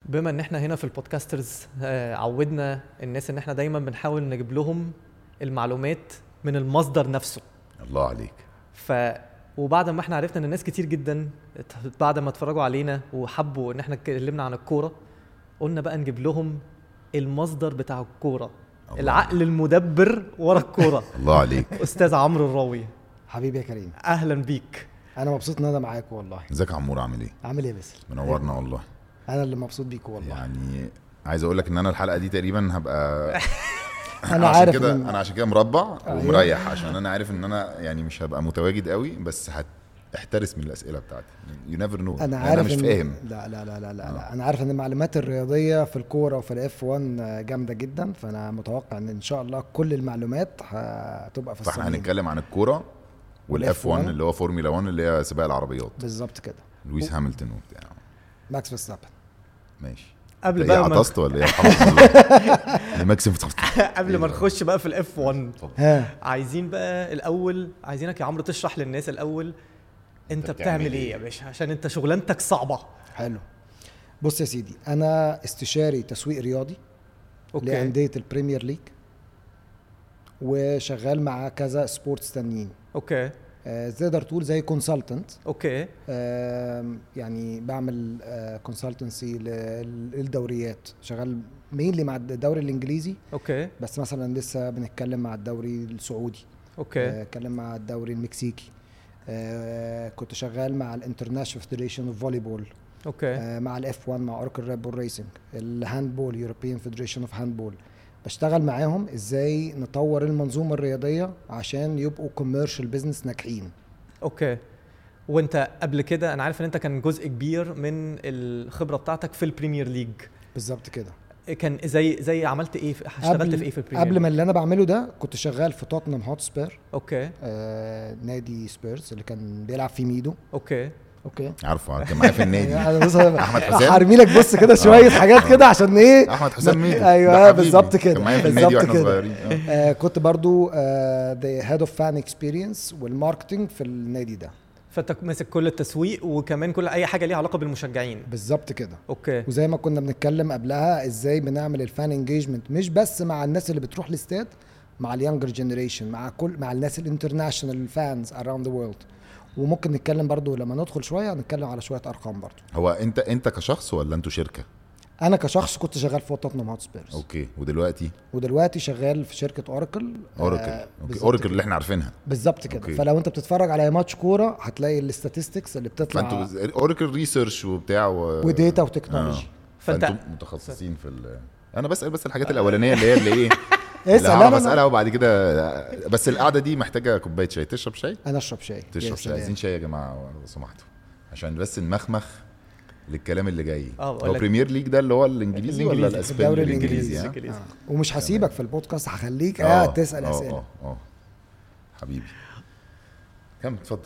بما ان احنا هنا في البودكاسترز عودنا الناس ان احنا دايما بنحاول نجيب لهم المعلومات من المصدر نفسه. الله عليك. وبعد ما احنا عرفنا ان الناس كتير جدا بعد ما اتفرجوا علينا وحبوا ان احنا اتكلمنا عن الكورة، قلنا بقى نجيب لهم المصدر بتاع الكورة، العقل المدبر ورا الكورة. الله عليك. استاذ عمرو الراوي. حبيبي يا كريم، اهلا بيك. انا مبسوط ان انا معاك والله. ازيك يا عمور؟ عامل ايه؟ عامل ايه باسل؟ منورنا والله. انا اللي مبسوط بيك والله. يعني عايز اقول لك ان انا الحلقه دي تقريبا هبقى انا عارف كده إن... انا عشان كده مربع ومريح، عشان انا عارف ان انا يعني مش هبقى متواجد قوي، بس احترس من الاسئله بتاعتي. يو نيفر نو. انا مش فاهم. لا انا عارف ان المعلومات الرياضيه في الكوره وفي الاف 1 جامده جدا، فانا متوقع ان شاء الله كل المعلومات هتبقى في الصميم. فاحنا هنتكلم عن الكوره والاف 1 اللي هو فورمولا 1 اللي هي سباق العربيات بالظبط كده. لويس هامilton وبتاع ماكس فيرستابن. ماشي. قبل بقى عطست ولا ايه؟ ماكس قبل ما نخش بقى في الاف 1 عايزين بقى الاول عايزينك يا عمرو تشرح للناس الاول انت بتعمل ايه يا باشا، عشان انت شغلانتك صعبه. حلو. بص يا سيدي، انا استشاري تسويق رياضي لانديه البريمير ليج، وشغال مع كذا سبورتس تانيين. اوكي. تقدر تقول زي كونسلتنت. اوكي. يعني بعمل كونسلتنسي للدوريات، شغال مينلي مع الدوري الانجليزي. اوكي. بس مثلا لسه بنتكلم مع الدوري السعودي. اوكي. اتكلم مع الدوري المكسيكي. كنت شغال مع الانترناشونال فيدريشن اوف فوليبول. اوكي. مع الاف 1 مع اوركل ريد بول ريسنج، الهاندبول يوروبيان فيدريشن اوف هاندبول. بشتغل معاهم ازاي نطور المنظومه الرياضيه عشان يبقوا كوميرشال بيزنس ناجحين. اوكي. وانت قبل كده انا عارف ان انت كان جزء كبير من الخبره بتاعتك في البريمير ليج. بالظبط كده. كان زي عملت ايه، اشتغلت في ايه في البريمير؟ قبل ما اللي انا بعمله ده كنت شغال في توتنهام هوتسبير. اوكي. نادي سبيرز اللي كان بيلعب في ميدو. اوكي. عارفه كان معايا في النادي. احمد حسام. هرمي لك بص كده شويه حاجات كده عشان ايه. احمد حسام ميدو. ايوه بالظبط كده. كان معايا في النادي واحنا صغيرين. كنت برضو ذا هيد اوف فان اكسبيرينس والماركتنج في النادي ده. فانت ماسك كل التسويق وكمان كل اي حاجه ليها علاقه بالمشجعين. بالظبط كده. اوكي. وزي ما كنا بنتكلم قبلها ازاي بنعمل الفان انجيجمنت، مش بس مع الناس اللي بتروح الاستاد، مع اليانجر جنريشن، مع الناس الانترناشونال فانز اراوند ذا وورلد. وممكن نتكلم برضو لما ندخل شويه نتكلم على شويه ارقام برضو. هو انت كشخص ولا انتوا شركه؟ انا كشخص كنت شغال في توتنهام هوتسبيرز. اوكي. ودلوقتي شغال في شركه اوراكل. اوراكل اللي احنا عارفينها. بالظبط كده. فلو انت بتتفرج على ماتش كوره هتلاقي الاستاتستكس اللي بتطلع. فانتوا اوراكل ريسيرش وبتاع وديتا وتكنولوجي. فانتوا متخصصين في انا بسال بس الحاجات الاولانيه اللي ايه. اسال. بسالها وبعد كده. بس القعده دي محتاجه كوبايه شاي. تشرب شاي؟ انا اشرب شاي. تشرب شاي. عايزين شاي يا جماعه لو سمحتوا، عشان بس نمخمخ للكلام اللي جاي. هو بريمير ليج ده اللي هو الانجليزي ولا الاسباني؟ الدوري الانجليزي. ومش هسيبك في البودكاست، هخليك قاعد تسال اسئله. حبيبي كم اتفضل.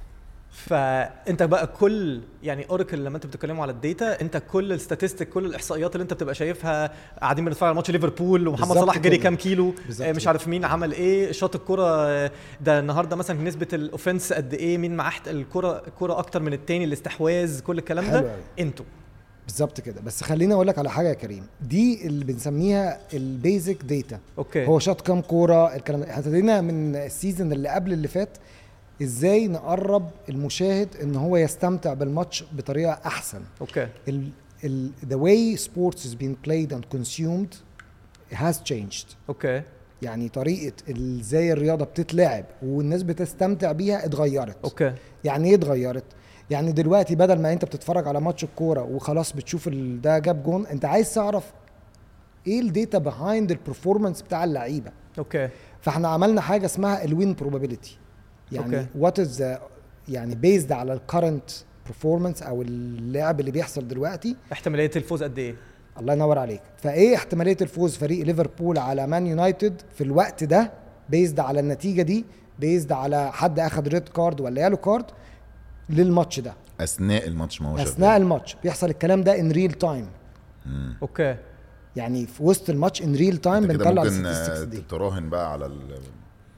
فانت بقى كل يعني اوراكل لما انت بتتكلموا على الداتا، انت كل الستاتستيك كل الاحصائيات اللي انت بتبقى شايفها، قاعدين بنتفرج على ماتش ليفربول ومحمد صلاح جري كام كيلو، مش عارف مين عمل ايه، شاط الكرة ده النهارده مثلا نسبه الاوفنس قد ايه، مين معاه الكرة اكتر من التاني، الاستحواذ، كل الكلام ده انتوا بالظبط كده. بس خليني اقول لك على حاجه يا كريم، دي اللي بنسميها البيزك داتا. اوكي. هو شاط كام كوره، الكلام ده هتدينا من السيزون اللي قبل اللي فات، ازاي نقرب المشاهد ان هو يستمتع بالماتش بطريقه احسن. اوكي. the way sports is being played and consumed has changed. اوكي. يعني طريقه ازاي الرياضه بتتلعب والناس بتستمتع بيها اتغيرت. اوكي. يعني ايه اتغيرت؟ يعني دلوقتي بدل ما انت بتتفرج على ماتش الكوره وخلاص بتشوف ده جاب جون، انت عايز تعرف ايه الداتا behind البرفورمانس بتاع اللعيبه. اوكي. فاحنا عملنا حاجه اسمها الوين probability. يعني what is يعني based على الكرنت performance او اللعب اللي بيحصل دلوقتي، احتماليه الفوز قد ايه. الله ينور عليك. فايه احتماليه الفوز فريق ليفربول على مان يونايتد في الوقت ده based على النتيجه دي، based على حد اخذ ريد كارد ولا يالو كارد للماتش ده اثناء الماتش. ما هو اثناء الماتش بيحصل الكلام ده ان ريل تايم. اوكي. يعني في وسط الماتش ان ريل تايم بنطلع الستاتستكس دي. تراهن بقى على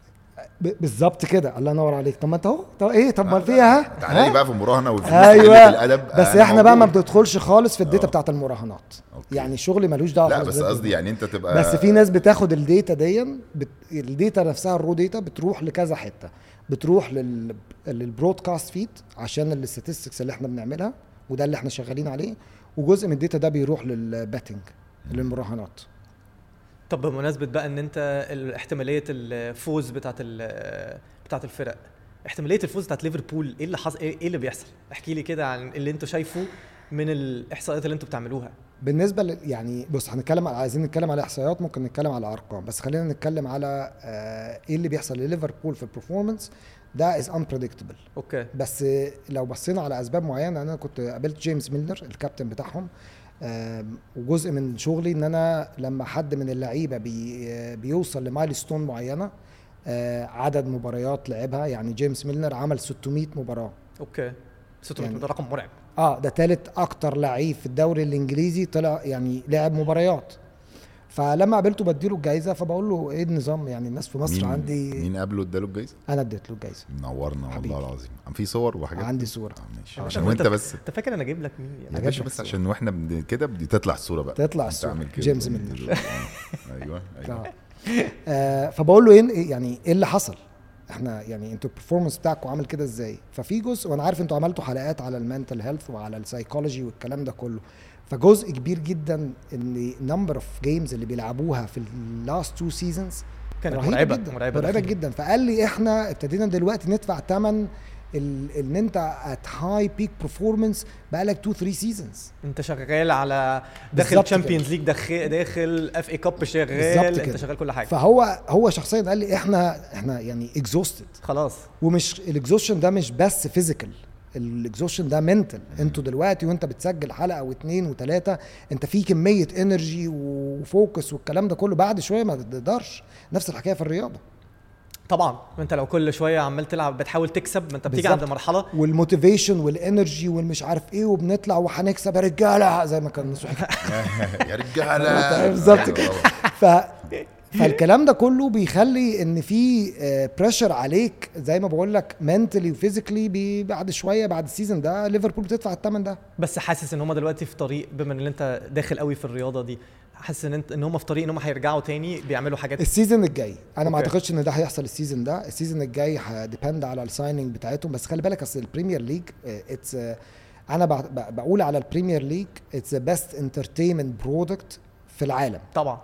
بالظبط كده، الله ينور عليك. طب ما انت اهو، طب ايه، طب ما فيها تعالى بقى في المراهنه وفي ايوه الادب. بس احنا بقى ما بندخلش خالص في الداتا بتاعت المراهنات. يعني شغلي ملوش دعوه. لا بس قصدي يعني انت تبقى، بس في ناس بتاخد الداتا دي الداتا نفسها الرو داتا بتروح لكذا حته، بتروح للبرودكاست فيد عشان الاستاتستكس اللي احنا بنعملها وده اللي احنا شغالين عليه، وجزء من الداتا ده بيروح للباتنج للمراهنات. طب بمناسبه بقى ان انت احتماليه الفوز بتاعت الفرق، احتماليه الفوز بتاعت ليفربول ايه اللي حصل، ايه اللي بيحصل؟ احكي لي كده عن اللي انتوا شايفه من الاحصائيات اللي انتوا بتعملوها. بالنسبه يعني بص، عايزين نتكلم على احصائيات، ممكن نتكلم على ارقام، بس خلينا نتكلم على ايه اللي بيحصل لليفربول في البرفورمانس. ده از unpredictable. اوكي. بس لو بصينا على اسباب معينه، انا كنت قابلت جيمس ميلنر الكابتن بتاعهم، وجزء من شغلي ان انا لما حد من اللعيبه بيوصل لمايلستون معينه، عدد مباريات لعبها، يعني جيمس ميلنر عمل 600 مباراه. اوكي 600 يعني ده رقم مرعب. ده ثالث اكتر لعيب في الدوري الانجليزي طلع يعني لعب مباريات. فلما قابلته بديله الجائزه، فبقول له ايه النظام، يعني الناس في مصر مين قابله اداله الجائزه؟ انا اديت له الجائزه. منورنا والله العظيم. في صور وحاجات؟ عندي صور. ماشي. عشان وانت بس انت فاكر انا اجيب لك مين يعني؟ يا باشا بس عشان واحنا كده تطلع الصوره بقى، تطلع الصوره جيمس ميلنر. ايوه فبقول له ايه يعني ايه اللي حصل، احنا يعني انتوا البرفورمانس بتاعكم عامل كده ازاي؟ ففي جزء، وانا عارف انتوا عملتوا حلقات على المنتل هيلث وعلى السايكولوجي والكلام ده كله، فجزء كبير جدا ان نمبر اوف جيمز اللي بيلعبوها في اللاست 2 سيزونز كانت مرعبه جدا. فقال لي احنا ابتدينا دلوقتي ندفع ثمن ان انت ات هاي بيك برفورمانس بقالك 2 3 سيزونز، انت شغال على داخل تشامبيونز ليج، داخل اف اي كاب، شغال انت شغال كل حاجه. فهو شخصيا قال لي احنا يعني اكزوستد خلاص. ومش الاكزوشن ده مش بس فيزيكال، الاكزوشن ده منتل. انتوا دلوقتي وانت بتسجل حلقه او 2 و3 انت في كميه انرجي وفوكس والكلام ده كله، بعد شويه ما تقدرش. نفس الحكايه في الرياضه طبعا. انت لو كل شويه عمال تلعب بتحاول تكسب، ما انت بتيجي عند مرحله والموتيفيشن والانرجي والمش عارف ايه، وبنطلع وهنكسب يا رجاله زي ما كان يا رجاله بالظبط كده. فالكلام ده كله بيخلي ان في بريشر عليك زي ما بقول لك منتلي وفيزيكلي. بعد شويه بعد السيزون ده ليفربول بتدفع الثمن ده. بس حاسس ان هم دلوقتي في طريق، بما ان انت داخل قوي في الرياضه دي، حاسس ان هم في طريق ان هم هيرجعوا تاني بيعملوا حاجات السيزون الجاي. انا ما اعتقدش ان ده هيحصل السيزون ده. السيزون الجاي هيديبند على السايننج بتاعتهم. بس خلي بالك اصل البريمير ليج اتس انا بقول على البريمير ليج اتس ذا بيست انترتينمنت برودكت في العالم. طبعا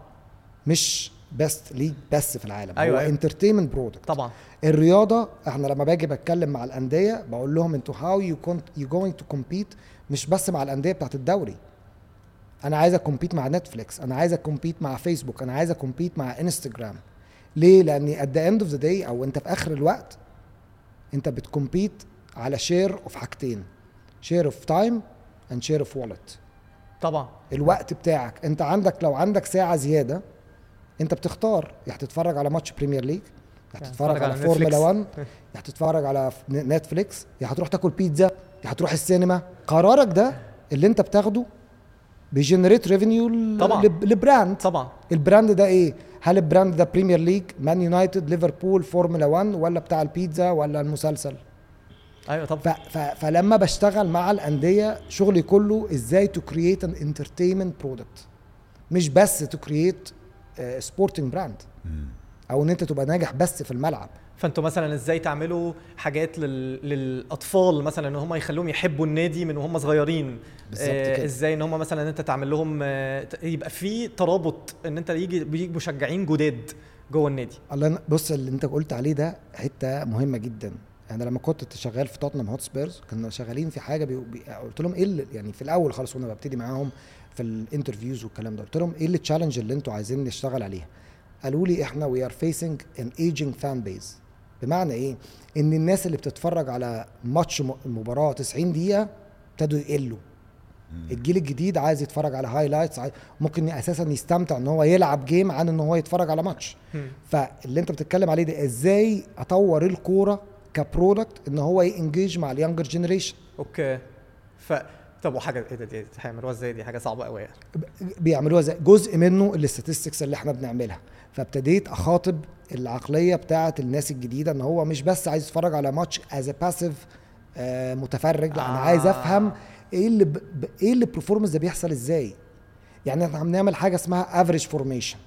مش بيست ليج بس في العالم. أيوة هو انترتينمنت برودكت طبعا. الرياضه احنا لما باجي بتكلم مع الانديه بقول لهم انتوا هاو يو جوينج تو كومبيت مش بس مع الانديه بتاعت الدوري. انا عايز اكمبيت مع نتفليكس، انا عايز اكمبيت مع فيسبوك، انا عايز اكمبيت مع انستجرام. ليه؟ لاني at the end of the day او انت في اخر الوقت انت بتكمبيت على شير اوف حاجتين، شير اوف تايم اند شير اوف والت. طبعا الوقت بتاعك انت عندك، لو عندك ساعه زياده انت بتختار يا هتتفرج على ماتش بريمير ليج، يا هتتفرج على فورمولا 1، يا هتتفرج على نتفليكس، يا هتروح تاكل بيتزا، يا هتروح السينما. قرارك ده اللي انت بتاخده بيجنريت ريفينيو لبراند. طبعا البراند ده ايه؟ هل البراند ده بريمير ليج، مان يونايتد، ليفربول، فورمولا 1، ولا بتاع البيتزا، ولا المسلسل؟ ايوه طبعا. فلما بشتغل مع الانديه شغلي كله ازاي تو كرييت ان انترتينمنت برودكت، مش بس تو كرييت سبورتنج براند او ان انت تبقى ناجح بس في الملعب. فانتوا مثلا ازاي تعملوا حاجات للاطفال مثلا ان هم يخلوهم يحبوا النادي من وهم صغيرين؟ ازاي ان هم مثلا انت تعمل لهم يبقى في ترابط ان انت بيجي مشجعين جداد جوه النادي؟ الله بص، اللي انت قلت عليه ده حته مهمه جدا. انا لما كنت شغال في توتنهام هوتسبيرز كنا شغالين في حاجه قلت لهم ايه يعني في الاول خالص وانا ببتدي معاهم في الانترفيوز والكلام ده، قلت لهم ايه التشالنج اللي انتوا عايزين نشتغل عليها؟ قالوا لي احنا وي ار فيسنج ان ايجينج فان بيز. بمعنى ايه؟ ان الناس اللي بتتفرج على ماتش مباراه 90 دقيقه ابتدوا يقلوا. الجيل الجديد عايز يتفرج على هايلايتس، ممكن اساسا يستمتع ان هو يلعب جيم عن ان هو يتفرج على ماتش. فاللي انت بتتكلم عليه ده ازاي اطور الكوره كبرودكت ان هو ينجيج مع اليانجر جنريشن. اوكي. طب وحاجه ايه ده، دي هيعملوها ازاي؟ دي حاجه صعبه قوي يعني. بيعملوها زي جزء منه الاستاتستكس اللي احنا بنعملها. فابتديت اخاطب العقليه بتاعه الناس الجديده ان هو مش بس عايز يتفرج على ماتش از باسيف متفرج، لا انا عايز افهم ايه اللي البرفورمانس ده بيحصل ازاي. يعني احنا بنعمل حاجه اسمها افريج فورميشن.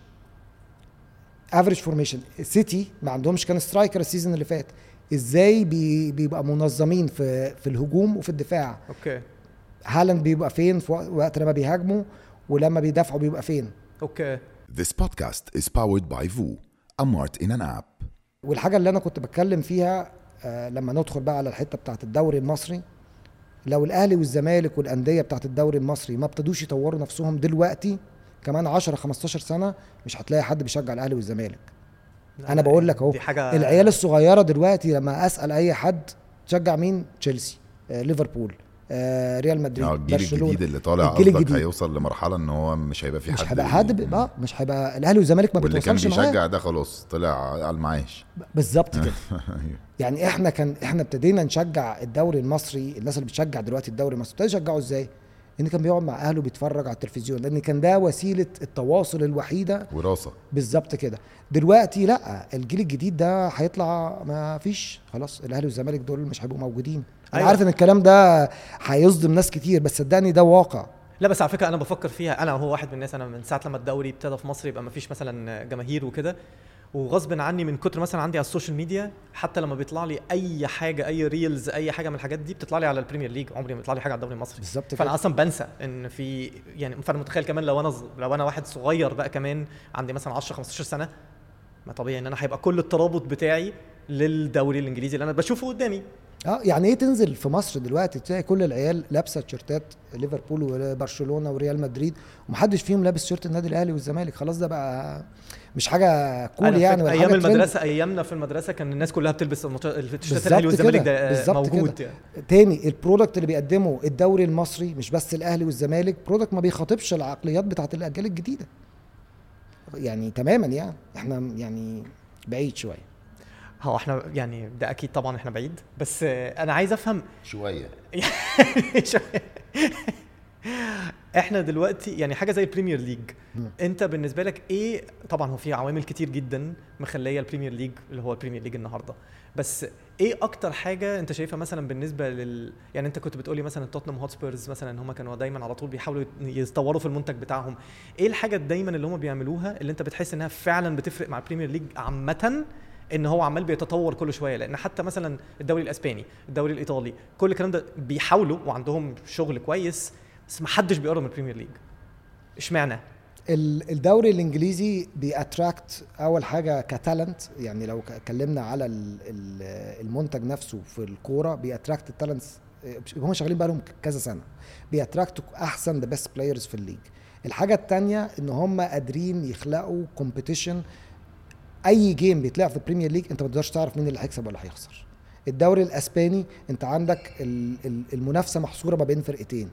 سيتي ما عندهمش كان سترايكر السيزون اللي فات، ازاي بيبقى منظمين في الهجوم وفي الدفاع. اوكي. هالاند بيبقى فين في وقت لما بيهاجموا، ولما بيدافعوا بيبقى فين. اوكي. This podcast is powered by VOO, a mart in an app. والحاجه اللي انا كنت بتكلم فيها لما ندخل بقى على الحته بتاعه الدوري المصري، لو الاهلي والزمالك والانديه بتاعه الدوري المصري ما ابتدوش يطوروا نفسهم دلوقتي، كمان 10 15 سنه مش هتلاقي حد بيشجع الاهلي والزمالك. انا بقول لك اهو، العيال الصغيره دلوقتي لما اسال اي حد تشجع مين، تشيلسي، ليفربول، ريال مدريد، الجيل الجديد اللي طالع قصدك هيوصل لمرحله ان هو مش هيبقى في مش هيبقى الاهلي والزمالك ما بيتوصلش معاه، واللي كان بيشجع ده خلاص طلع على المعاش بالظبط كده. يعني احنا ابتدينا نشجع الدوري المصري. الناس اللي بتشجع دلوقتي الدوري المصري ابتدوا يشجعوا ازاي؟ ان كان بيقعد مع اهله بيتفرج على التلفزيون، لان كان ده وسيله التواصل الوحيده، وراثه بالظبط كده. دلوقتي لا، الجيل الجديد ده هيطلع ما فيش خلاص، الاهلي والزمالك دول مش هيبقوا موجودين. انا عارف ان الكلام ده هيصدم ناس كتير، بس صدقني ده واقع. لا بس على فكره انا بفكر فيها، انا وهو واحد من الناس. انا من ساعه لما الدوري ابتدى في مصر يبقى ما فيش مثلا جماهير وكده، وغصب عني من كتر مثلا عندي على السوشيال ميديا، حتى لما بيطلع لي اي حاجه، اي ريلز، اي حاجه من الحاجات دي بتطلع لي على البريمير ليج، عمري ما بيطلع لي حاجه على الدوري المصري. بالظبط. فانا اصلا بنسى ان في يعني، فانا متخيل كمان لو انا واحد صغير بقى كمان عندي مثلا 10 15 سنه، ما طبيعي ان انا هيبقى كل الترابط بتاعي للدوري الانجليزي اللي انا بشوفه قدامي. يعني ايه تنزل في مصر دلوقتي تلاقي كل العيال لابسه تيشيرتات ليفربول وبرشلونه وريال مدريد، ومحدش فيهم لابس تيشيرت النادي الاهلي والزمالك. خلاص ده بقى مش حاجه كول يعني، ولا ايام المدرسه، ايامنا في المدرسه كان الناس كلها بتلبس التيشيرتات الاهلي والزمالك، ده موجود يعني. تاني البرودكت اللي بيقدمه الدوري المصري مش بس الاهلي والزمالك، برودكت ما بيخاطبش العقليات بتاعه الاجيال الجديده يعني تماما. يعني احنا يعني بعيد شويه. هو احنا يعني ده اكيد طبعا احنا بعيد، بس انا عايز افهم شويه احنا دلوقتي يعني حاجه زي البريمير ليج، انت بالنسبه لك ايه؟ طبعا هو في عوامل كتير جدا مخليه البريمير ليج اللي هو البريمير ليج النهارده، بس ايه اكتر حاجه انت شايفها مثلا بالنسبه يعني انت كنت بتقولي مثلا توتنهام هوتسبيرز مثلا، هم كانوا دايما على طول بيحاولوا يتطوروا في المنتج بتاعهم. ايه الحاجه دايما اللي هم بيعملوها اللي انت بتحس انها فعلا بتفرق مع البريمير ليج عامه، ان هو عمال بيتطور كل شويه؟ لان حتى مثلا الدوري الاسباني، الدوري الايطالي، كل الكلام ده بيحاولوا وعندهم شغل كويس، بس ما حدش بيقرب من البريمير ليج. اشمعنى؟ الدوري الانجليزي بيأتراكت اول حاجه كتالنت. يعني لو اتكلمنا على المنتج نفسه في الكوره، بيأتراكت التالنتس. هم شغالين بقى لهم كذا سنه، بيأتراكتوا احسن ذا بيست بلايرز في الليج. الحاجه الثانيه ان هم قادرين يخلقوا كومبيتيشن. اي جيم بيتلعب في البريمير ليج انت ما تقدرش تعرف مين اللي هيكسب ولا هيخسر. الدوري الاسباني انت عندك المنافسه محصوره ما بين فرقتين،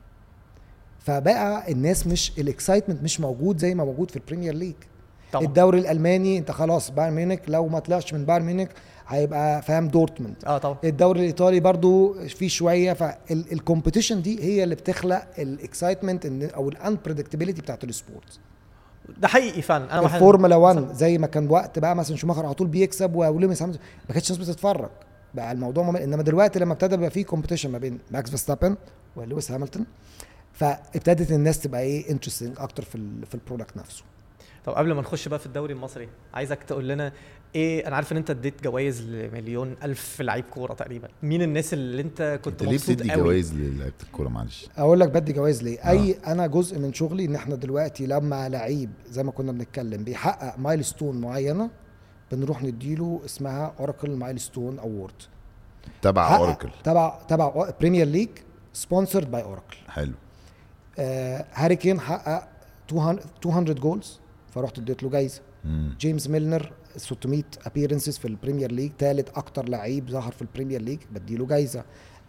فبقى الناس مش الاكسايتمنت مش موجود زي ما موجود في البريمير ليج. طبعا. الدوري الالماني انت خلاص بايرن ميونخ لو ما طلعش من بايرن ميونخ هيبقى فاهم دورتموند. طبعا. الدوري الايطالي برضو في شويه، فالكومبيتيشن دي هي اللي بتخلق الاكسايتمنت او الانبريدكتابيلتي بتاعت السبورت. ده حقيقي فعلا. انا الفورمولا 1 زي ما كان وقت بقى مثلا شوماخر على طول بيكسب ولويس هامilton، ما كانتش الناس بتتفرج بقى الموضوع انما دلوقتي لما ابتدى بقى فيه كومبيتيشن ما بين ماكس فيرستابن ولويس هامilton، فابتدت الناس تبقى ايه انترستنج اكتر في البرودكت نفسه. طب قبل ما نخش بقى في الدوري المصري، عايزك تقول لنا ايه. انا عارف ان انت اديت جوائز لمليون الف لعيب كوره تقريبا، مين الناس اللي انت كنت مبسوط قوي؟ ليه بتدي جوائز للعيبه الكوره؟ معلش اقول لك بدي جوائز ليه. انا جزء من شغلي ان احنا دلوقتي لما لعيب زي ما كنا بنتكلم بيحقق مايلستون معينه، بنروح نديله اسمها اوراكل مايلستون اوورد. تبع اوراكل، تبع بريمير ليج، سبونسرد باي اوراكل. حلو. هاري كين حقق 200 جولز، فرحت اديت له جايزه. جيمس ميلنر 600 ابيرنسز في البريمير ليج، ثالث اكتر لعيب ظهر في البريمير ليج، بديله جايزه.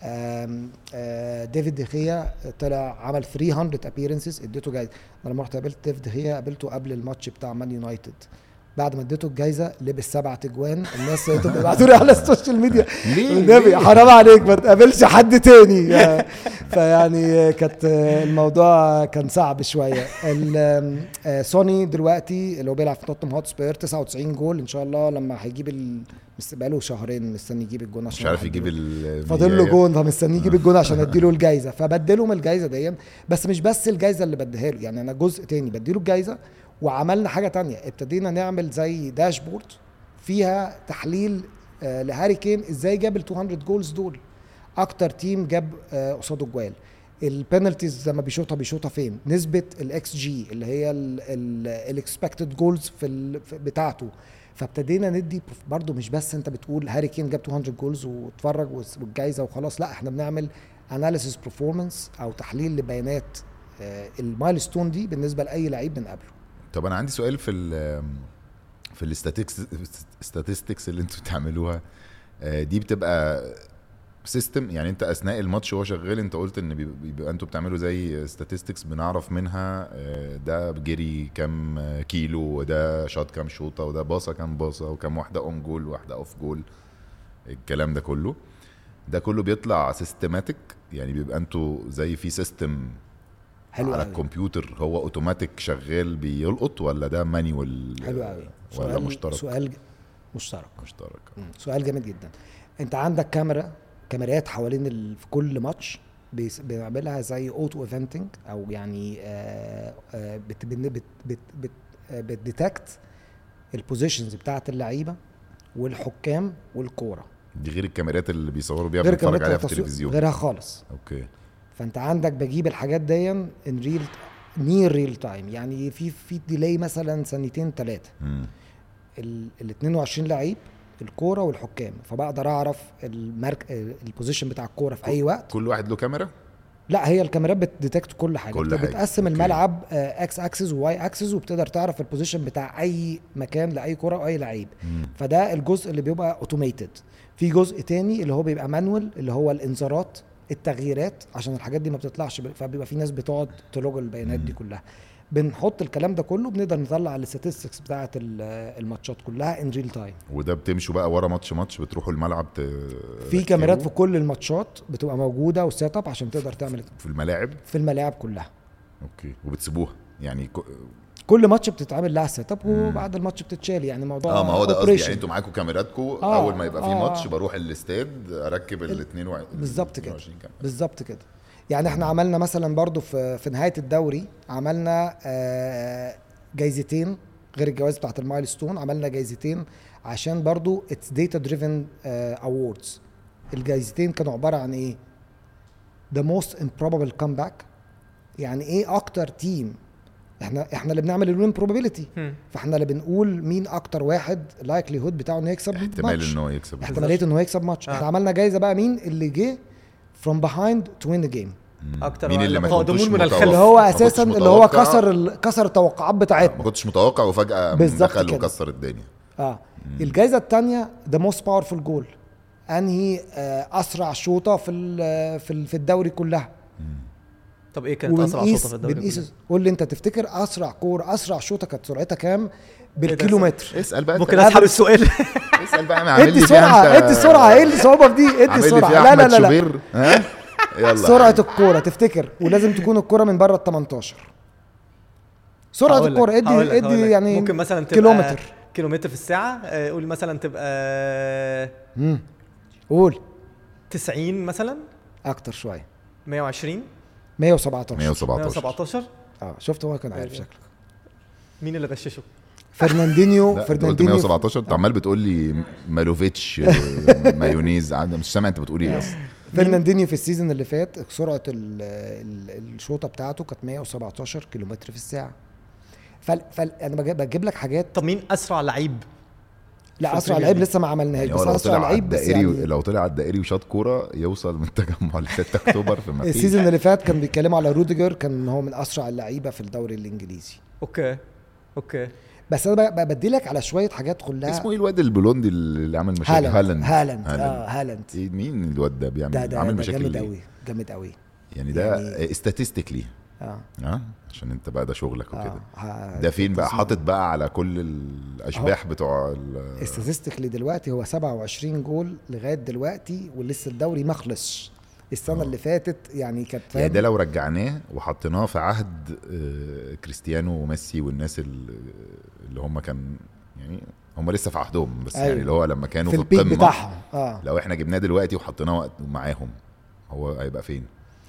ديفيد دخيا طلع عمل 300 ابيرنسز، اديته جايزه. انا لما رحت قابلت ديفيد دخيا قابلته قبل الماتش بتاع مان يونايتد، بعد ما اديته الجايزه لبس 7 تجوان. الناس بيبعتوا لي على السوشيال ميديا النبي حرام عليك ما تقابلش حد تاني فيعني كانت الموضوع كان صعب شويه. سوني دلوقتي اللي هو بيلعب في توتنهام هوتسبير 99 جول ان شاء الله. لما هيجيب بقاله شهرين مستني يجيب الجون عشان مش عارف يجيب فاضل له جون فمستني يجيب الجون عشان اديله الجايزه. فبدلهم الجايزه دي، بس مش بس الجايزه اللي بديها له، يعني انا جزء تاني بديله الجايزه. وعملنا حاجه تانية، ابتدينا نعمل زي داشبورد فيها تحليل لهاري كين ازاي جاب ال 200 جولز دول، اكتر تيم جاب قصاده جوال، البنالتيز لما بيشوطها فين، نسبه الاكس جي اللي هي الاكسبكتد جولز بتاعته. فابتدينا ندي برضو مش بس انت بتقول هاري كين جاب 200 جولز واتفرج والجايزه وخلاص، لا احنا بنعمل اناليسيس برفورمانس او تحليل لبيانات المايلستون دي بالنسبه لاي لعيب بنقابله. طب انا عندي سؤال في الستاتستكس اللي انتوا بتعملوها دي، بتبقى سيستم يعني انت اثناء الماتش وهو شغال انت قلت ان بيبقى انتوا بتعملوا زي statistics بنعرف منها ده بجري كام كيلو وده شاط كام شوطه وده باصه كام باصه وكام واحده اون جول وواحده اوف جول، الكلام ده كله بيطلع سيستماتيك، يعني بيبقى انتوا زي في سيستم حلو على قوي. الكمبيوتر هو اوتوماتيك شغال بيلقط ولا ده مانيوال؟ حلو قوي. ولا مشترك؟ سؤال مشترك. سؤال جامد جدا. انت عندك كاميرات حوالين في كل ماتش بنعملها زي اوتو ايفنتنج او يعني بتديتكت البوزيشنز بتاعه اللعيبه والحكام والكوره. دي غير الكاميرات اللي بيصوروا بيها بنتفرج عليها في التلفزيون، غيرها خالص. اوكي. فانت عندك بجيب الحاجات دي ان نير ريل تايم، يعني في ديلي مثلا 2-3 ال 22 لعيب الكوره والحكام، فبقدر اعرف البوزيشن بتاع الكوره في اي وقت. كل واحد له كاميرا؟ لا هي الكاميرات بتديتكت كل حاجه. بتقسم الملعب اكس اكسس وواي اكسس وبتقدر تعرف البوزيشن بتاع اي مكان لاي كوره واي لعيب. فده الجزء اللي بيبقى اوتوميتد. في جزء تاني اللي هو بيبقى مانوال اللي هو الانذارات التغييرات، عشان الحاجات دي ما بتطلعش فبيبقى في ناس بتقعد تلوج البيانات دي كلها. بنحط الكلام ده كله، بنقدر نطلع الستاتستكس بتاعه الماتشات كلها ان ريل تايم. وده بتمشوا بقى ورا ماتش بتروحوا الملعب في كاميرات في كل الماتشات بتبقى موجوده وسيت اب عشان تقدر تعمل في الملاعب كلها. اوكي. وبتسيبوها يعني كل ماتش بتتعمل لها سيت اب وبعد الماتش بتتشال، يعني موضوع ما هو ده قصدي، يعني انتوا معاكم كاميراتكم اول ما يبقى في ماتش بروح الاستاد اركب الاثنين بالظبط كده. بالظبط كده. يعني احنا عملنا مثلا برضو في نهايه الدوري عملنا جايزتين غير الجوائز بتاعت المايلستون، عملنا جايزتين عشان برضو اتس داتا دريفن اووردز. الجايزتين كانوا عباره عن ايه؟ the most improbable comeback، يعني ايه اكتر تيم احنا اللي بنعمل الوين بروبابيلتي، فاحنا اللي بنقول مين اكتر واحد لايكلي هود بتاعه انه يكسب ماتش، احتماليه انه يكسب ماتش. احنا عملنا جايزه بقى مين اللي جه from behind to win the game، اكتر مين اللي ما كنتش من الخلف، اللي هو اساسا اللي هو كسر التوقعات بتاعتنا، ما كنتش متوقع وفجاه دخل وكسر الدنيا. الجائزه الثانيه the most powerful goal، انهي اسرع شوطه في الدوري كلها. طب ايه كانت اسرع شوطه في الدوري كلها؟ قول لي انت تفتكر اسرع شوطه كانت سرعتها كام بالكيلومتر؟ اسال بقى، ممكن اسحب السؤال. اسال بقى، عامل لي ادي سرعه ايه الصعوبه في دي؟ ادي سرعه. لا ها يلا سرعه الكوره تفتكر، ولازم تكون الكوره من بره ال 18. سرعه الكوره ادي يعني ممكن مثلا تبقى كيلومتر في الساعه. قول مثلا تبقى قول 90 مثلا، اكتر شويه 120 117 شفت هو كان عارف شكله. مين اللي غششه؟ فرناندينيو 117. انت عمال بتقول لي مالوفيتش مايونيز، مش سامع انت بتقول ايه اصلا. فرناندينيو في السيزون اللي فات سرعه الشوطه بتاعته كانت 117 كيلومتر في الساعه. انا بجيب لك حاجات. طب مين اسرع لعيب؟ لا اسرع لعيب لسه ما عملناهاش، بس اسرع لعيب بس يعني لو طلع على الدائري وشاط كوره يوصل من التجمع ل 6 اكتوبر في مكان. السيزون اللي فات كان بيتكلموا على روديجر، كان هو من اسرع اللعيبه في الدوري الانجليزي. اوكي بس انا بدي لك على شويه حاجات كلها. اسمه ايه الواد البلوندي اللي عمل مشاكل؟ هالاند. مين الواد ده بيعمل عامل مشاكل جامد قوي يعني ده استاتستيكلي عشان انت بقى ده شغلك وكده. ده فين بقى حاطط بقى على كل الاشباح بتوع استاتستيكلي دلوقتي هو 27 جول لغايه دلوقتي ولسه الدوري ما خلصش. السنه اللي فاتت يعني كانت يعني ده لو رجعناه وحطيناه في عهد كريستيانو وميسي والناس اللي هم كان يعني هم لسه في عهدهم بس يعني اللي هو لما كانوا في القمه بتاعهم لو احنا جبناه دلوقتي وحطيناه معاهم هو هيبقى فين؟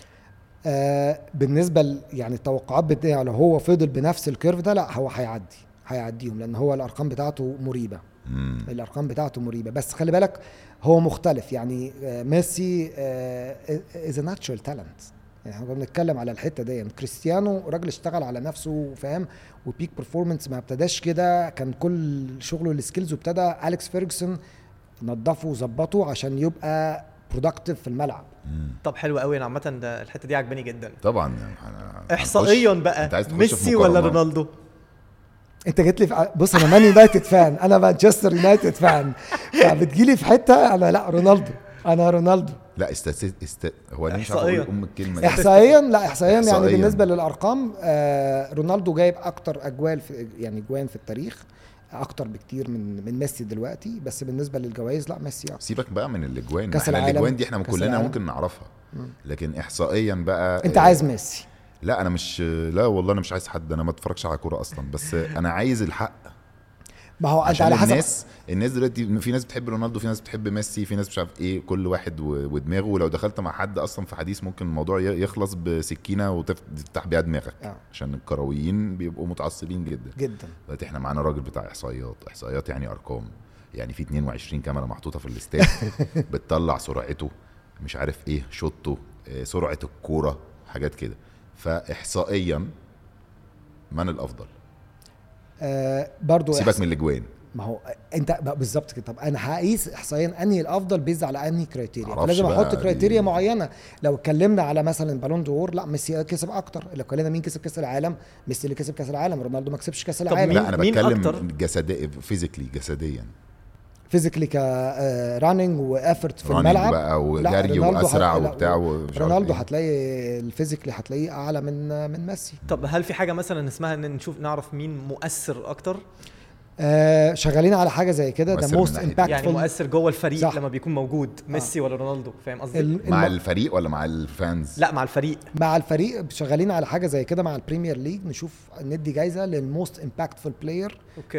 بالنسبه يعني التوقعات بتاعه لو هو فضل بنفس الكيرف ده لا هو هيعديهم لان هو الارقام بتاعته مريبه. الارقام بتاعته مريبه بس خلي بالك هو مختلف يعني ميسي از ناتشورال تالنت يعني احنا بنتكلم على الحته دي. كريستيانو راجل اشتغل على نفسه فاهم وبيك برفورمانس ما ابتداش كده كان كل شغله السكيلز وابتدى أليكس فيرجسون نظفه وظبطه عشان يبقى برودكتيف في الملعب. طب حلو قوي انا عامه الحته دي عجباني جدا طبعا. احصائيا بقى ميسي ولا رونالدو؟ انت جيت لي بص انا مان يونايتد فان انا مانشستر يونايتد فان فبتجيلي في حته انا لا رونالدو لا هو مش عارف اقول الكلمه احصائيا لا احصائيا يعني بالنسبه للارقام رونالدو جايب اكتر اجوال يعني جوان في التاريخ اكتر بكتير من ميسي دلوقتي بس بالنسبه للجوائز لا ميسي أكتر. سيبك بقى من الاجوان احنا الاجوان دي احنا كلنا ممكن نعرفها لكن احصائيا بقى انت عايز ميسي. لا انا لا والله انا مش عايز حد انا ما اتفرجش على كوره اصلا بس انا عايز الحق. ما هو انت على حسب الناس دلوقتي في ناس بتحب رونالدو في ناس بتحب ميسي في ناس مش عارف ايه كل واحد ودماغه ولو دخلت مع حد اصلا في حديث ممكن الموضوع يخلص بسكينه وتفتح بيها دماغك عشان الكرويين بيبقوا متعصبين جدا. دلوقتي احنا معانا راجل بتاع احصائيات يعني ارقام يعني في 22 كاميرا محطوطه في الاستاد بتطلع سرعته مش عارف ايه شوطه سرعه الكوره حاجات كده. فاحصائيا من الافضل؟ برضو سيبك من الاجوان. ما هو انت بالظبط كده. طب انا هقيس احصائيا انهي الافضل بيز على انهي كرايتيريا فلازم احط كرايتيريا معينه. لو اتكلمنا على مثلا بالون دور لا ميسي كسب اكتر. لو اتكلمنا مين كسب كاس العالم ميسي اللي كسب كاس العالم رونالدو ما كسبش كاس العالم. لا انا بتكلم جسديا فيزيكلي كرانينج وافورت في الملعب بقى وجري واسرع وبتاع رونالدو هتلاقي الفيزيكلي هتلاقيه اعلى من ميسي. طب هل في حاجه مثلا اسمها ان نعرف مين مؤثر اكتر؟ شغالين على حاجه زي كده ده موست امباكتفul يعني مؤثر جوه الفريق صح. لما بيكون موجود ميسي ولا رونالدو فاهم قصدي؟ مع الفريق ولا مع الفانز؟ لا مع الفريق شغالين على حاجه زي كده مع البريمير ليج نشوف ندي جايزه للموست امباكتفul بلاير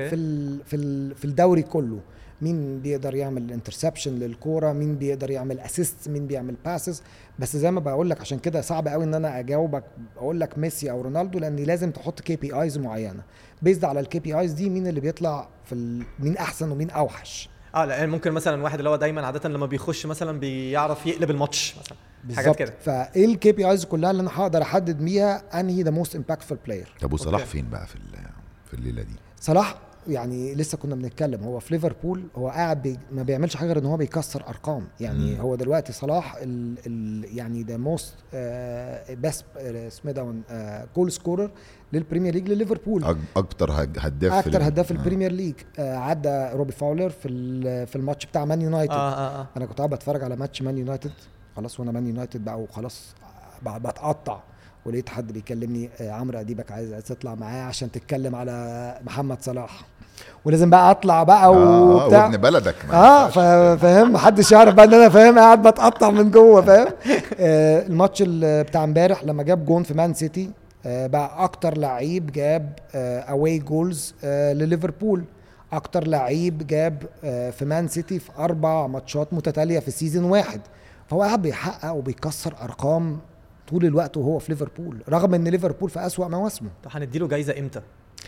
في الدوري كله. مين بيقدر يعمل انترسبشن للكوره مين بيقدر يعمل اسيست مين بيعمل باسز. بس زي ما بقول لك عشان كده صعب قوي ان انا اجاوبك اقول لك ميسي او رونالدو لاني لازم تحط كي بي ايز معينه بيزد على الكي بي ايز دي مين اللي بيطلع مين احسن ومين اوحش. لا ممكن مثلا واحد اللي هو دايما عاده لما بيخش مثلا بيعرف يقلب الماتش مثلا حاجات كده. فايه الكي بي ايز كلها اللي انا هقدر احدد بيها انهي ذا موست امباكتفul بلاير. طب وصلاح فين بقى في الليله دي؟ صلاح يعني لسه كنا بنتكلم هو في ليفربول هو قاعد ما بيعملش حاجه غير ان هو بيكسر ارقام يعني هو دلوقتي صلاح يعني ده موست بس اسمه ده جول سكورر للبريمير ليج لليفربول اكتر هداف البريمير ليج عدى روبي فاولر في الماتش بتاع مان يونايتد. انا كنت قاعد بتفرج على ماتش مان يونايتد خلاص وانا مان يونايتد بقى وخلاص بتقطع ولقيت حد بيكلمني عمرو اديبك عايز تطلع معاه عشان تتكلم على محمد صلاح ولازم بقى اطلع بقى وبتاع وابن بلدك فاهم محدش يعرف بقى ان انا فاهم قاعد بتقطع من جوه فاهم. الماتش بتاع امبارح لما جاب جون في مان سيتي بقى اكتر لعيب جاب اواي جولز لليفربول اكتر لعيب جاب في مان سيتي في 4 ماتشات متتاليه في سيزون واحد. فهو قاعد بيحقق وبيكسر ارقام طول الوقت وهو في ليفربول رغم ان ليفربول في اسوأ مواسمه. طب هنديله جايزه امتى؟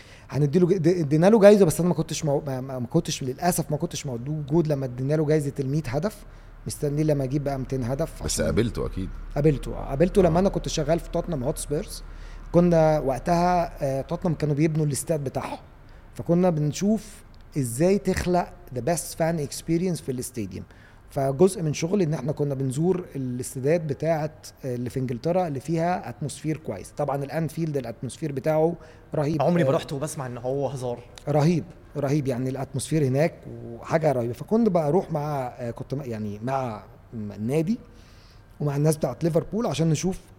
ادينا له جايزه بس انا ما كنتش للاسف ما كنتش موجود لما ادينا له جايزه ال100 هدف مستني لما اجيب بقى 200 هدف. بس قابلته اكيد قابلته لما انا كنت شغال في توتنهام هوتسبيرز كنا وقتها توتنهام كانوا بيبنوا الاستاد بتاعهم فكنا بنشوف ازاي تخلق ذا بيست فان اكسبيرينس في الاستاديوم. فجزء من شغلي ان احنا كنا بنزور الاستادات بتاعه اللي في انجلترا اللي فيها اتموسفير كويس. طبعا الانفيلد الاتموسفير بتاعه رهيب عمري ما رحت وبسمع ان هو هزار رهيب يعني الاتموسفير هناك وحاجه رهيبه. فكنت بقى اروح كنت يعني مع النادي ومع الناس بتاعه ليفربول عشان نشوف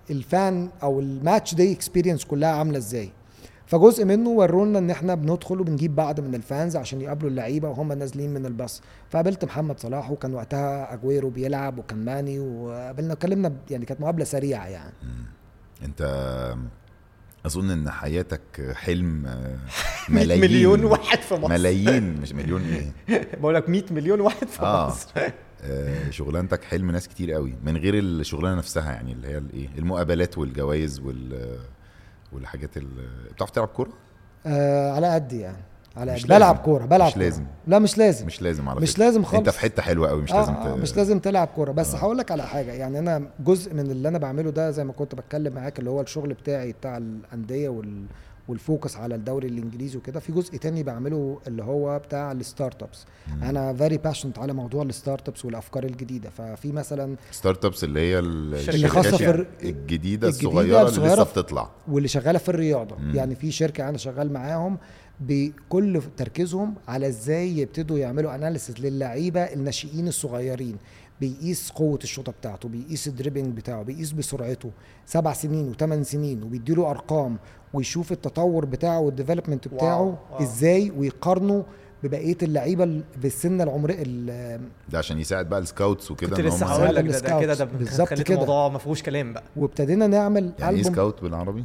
الفان او الماتش دي اكسبيرينس كلها عامله ازاي. فجزء منه ورونا ان احنا بندخل وبنجيب بعض من الفانز عشان يقابلوا اللعيبه وهم نازلين من الباص. فقابلت محمد صلاح وكان وقتها اجويرو بيلعب وكان ماني وقابلنا اتكلمنا يعني كانت مقابله سريعه يعني. انت اظن ان حياتك حلم 100 مليون واحد في مصر. ملايين مش مليون ايه بقول لك 100 مليون واحد في مصر. شغلانتك حلم ناس كتير قوي من غير الشغلانه نفسها يعني اللي هي الايه المقابلات والجوائز والحاجات بتعرف تلعب كوره؟ على قد يعني على قد بلعب كوره مش لازم. لا مش لازم على مش فكرة. لازم خالص. انت في حته حلوه قوي مش لازم مش لازم تلعب كوره بس هقول لك على حاجه يعني انا جزء من اللي انا بعمله ده زي ما كنت بتكلم معاك اللي هو الشغل بتاعي بتاع الانديه والفوكس على الدوري الانجليزي وكده. في جزء تاني بعمله اللي هو بتاع الستارت ابس. انا فيري باشنت على موضوع الستارت ابس والافكار الجديده. ففي مثلا ستارت ابس اللي هي اللي خاصه في الجديده الصغيره اللي لسه بتطلع واللي شغاله في الرياضه. يعني في شركه انا شغال معاهم بكل تركيزهم على ازاي يبتدوا يعملوا اناليسيس للعيبه الناشئين الصغيرين. بيقيس قوه الشوطه بتاعته، بيقيس الدريبنج بتاعه، بيقيس بسرعته 7 سنين و8 سنين وبيديله ارقام ويشوف التطور بتاعه والديفلوبمنت بتاعه ازاي ويقارنه ببقيه اللعيبه بالسن العمري ده عشان يساعد بقى السكاوتس وكده. كنت لسه هقول لك ده كده بالظبط كده الموضوع ما فيهوش كلام بقى. وابتدينا نعمل يعني ايه سكاوت بالعربي؟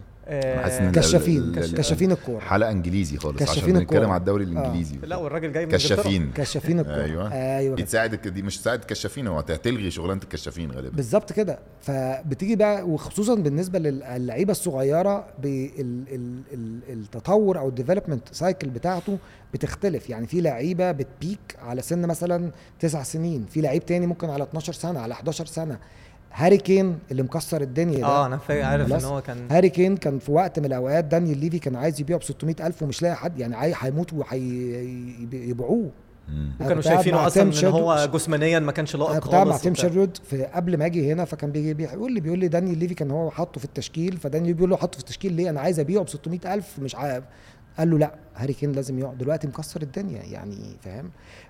كشافين الكوره. حلقه انجليزي خالص عشان بنتكلم على الدوري الانجليزي. لا والراجل جاي من كشافين الكوره. ايوه يتساعدك دي مش تساعد كشافين هو هتلغي شغلانه الكشافين غالبا. بالظبط كده. فبتيجي بقى وخصوصا بالنسبه للعيبه الصغيره بالتطور او الديفلوبمنت سايكل بتاعته بتختلف. يعني في لعيبه بتبيك على سن مثلا 9 سنين، في لعيب تاني ممكن على 12 سنه على 11 سنه. هاري كين اللي مكسر الدنيا ده انا عارف ان هو كان هاري كين كان في وقت من الاوقات دانيال ليفي كان عايز يبيعه ب$600,000 ومش لاقي حد يعني هيموت وهيبيعوه. وكانوا شايفينه اصلا ان هو جسمانيا ما كانش لائق خالص. كنت مع تيم شيرود في قبل ما اجي هنا فكان بيقول لي دانيال ليفي كان هو حاطه في التشكيل. فدانيال بيقول له حطه في التشكيل ليه؟ انا عايز ابيعه ب$600,000 مش عارف. قال له لا هاري كين لازم يقعد دلوقتي مكسر الدنيا يعني فاهم.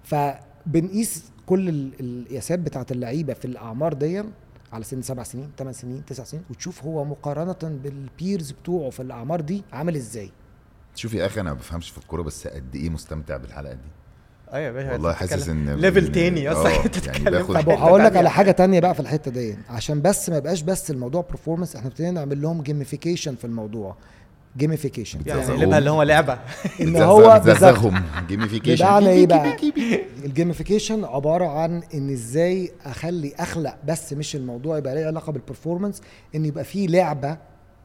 فبنقيس كل القياسات بتاعت اللعيبه في الاعمار دي على سن 7 سنين 8 سنين 9 سنين وتشوف هو مقارنه بالبيرز بتوعه في الاعمار دي عامل ازاي. شوف يا اخي انا ما بفهمش في الكوره بس قد ايه مستمتع بالحلقه دي. ايوه يا باشا والله حاسس ان ليفل تاني اصلا يعني طب هقول لك على حاجه تانية بقى في الحته دي عشان بس ما يبقاش بس الموضوع برفورمانس. احنا ابتدينا نعمل لهم جيميفيكيشن في الموضوع. جيميفيكيشن يعني اللي هو لعبه ان هو بزغهم جيميفيكيشن. يعني ايه بقى الجيميفيكيشن؟ عباره عن ان ازاي اخلق بس مش الموضوع يبقى له علاقه بالبرفورمانس، ان يبقى فيه لعبه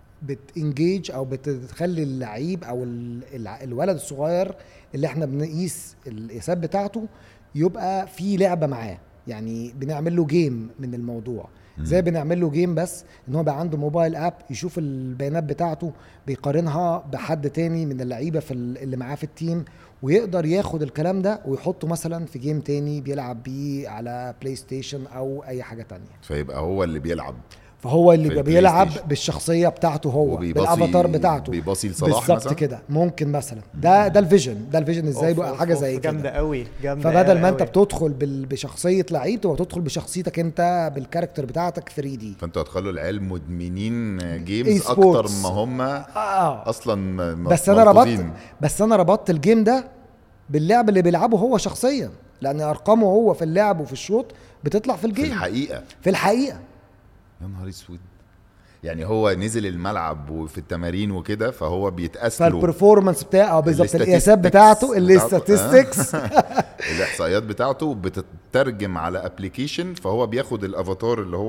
بتنجيج او بتخلي اللعيب او الولد الصغير اللي احنا بنقيس القياسات بتاعته يبقى في لعبه معاه. يعني بنعمل له جيم من الموضوع. زي بنعمل له جيم بس ان هو بقى عنده موبايل اب يشوف البيانات بتاعته بيقارنها بحد تاني من اللعيبه اللي معاه في التيم ويقدر ياخد الكلام ده ويحطه مثلا في جيم تاني بيلعب بيه على بلاي ستيشن او اي حاجه تانية. فيبقى هو اللي بيلعب. فهو اللي بيلعب بالشخصيه بتاعته هو بالافاتار بتاعته بيباصي لصلاح بالظبط كده. ممكن مثلا ده الفيجن ازاي بقى حاجه زي كده جامده قوي جامده. فبدل ما انت بتدخل بشخصيه لعيب تبقى تدخل بشخصيتك انت بالكاركتر بتاعتك 3D. فانتوا هتخلوا العيال مدمنين جيمز اكتر ما هم اصلا بس انا ربطت الجيم ده باللعب اللي بيلعبه هو شخصيا لان ارقامه هو في اللعب وفي الشوط بتطلع في الجيم في الحقيقه. يا نهار اسود. يعني هو نزل الملعب وفي التمارين وكده فهو بيتقاس له فالبرفورمانس بتاعه بالظبط القياسات بتاعته الاستاتستكس الاحصائيات بتاعته بتترجم على ابلكيشن فهو بياخد الافاتار اللي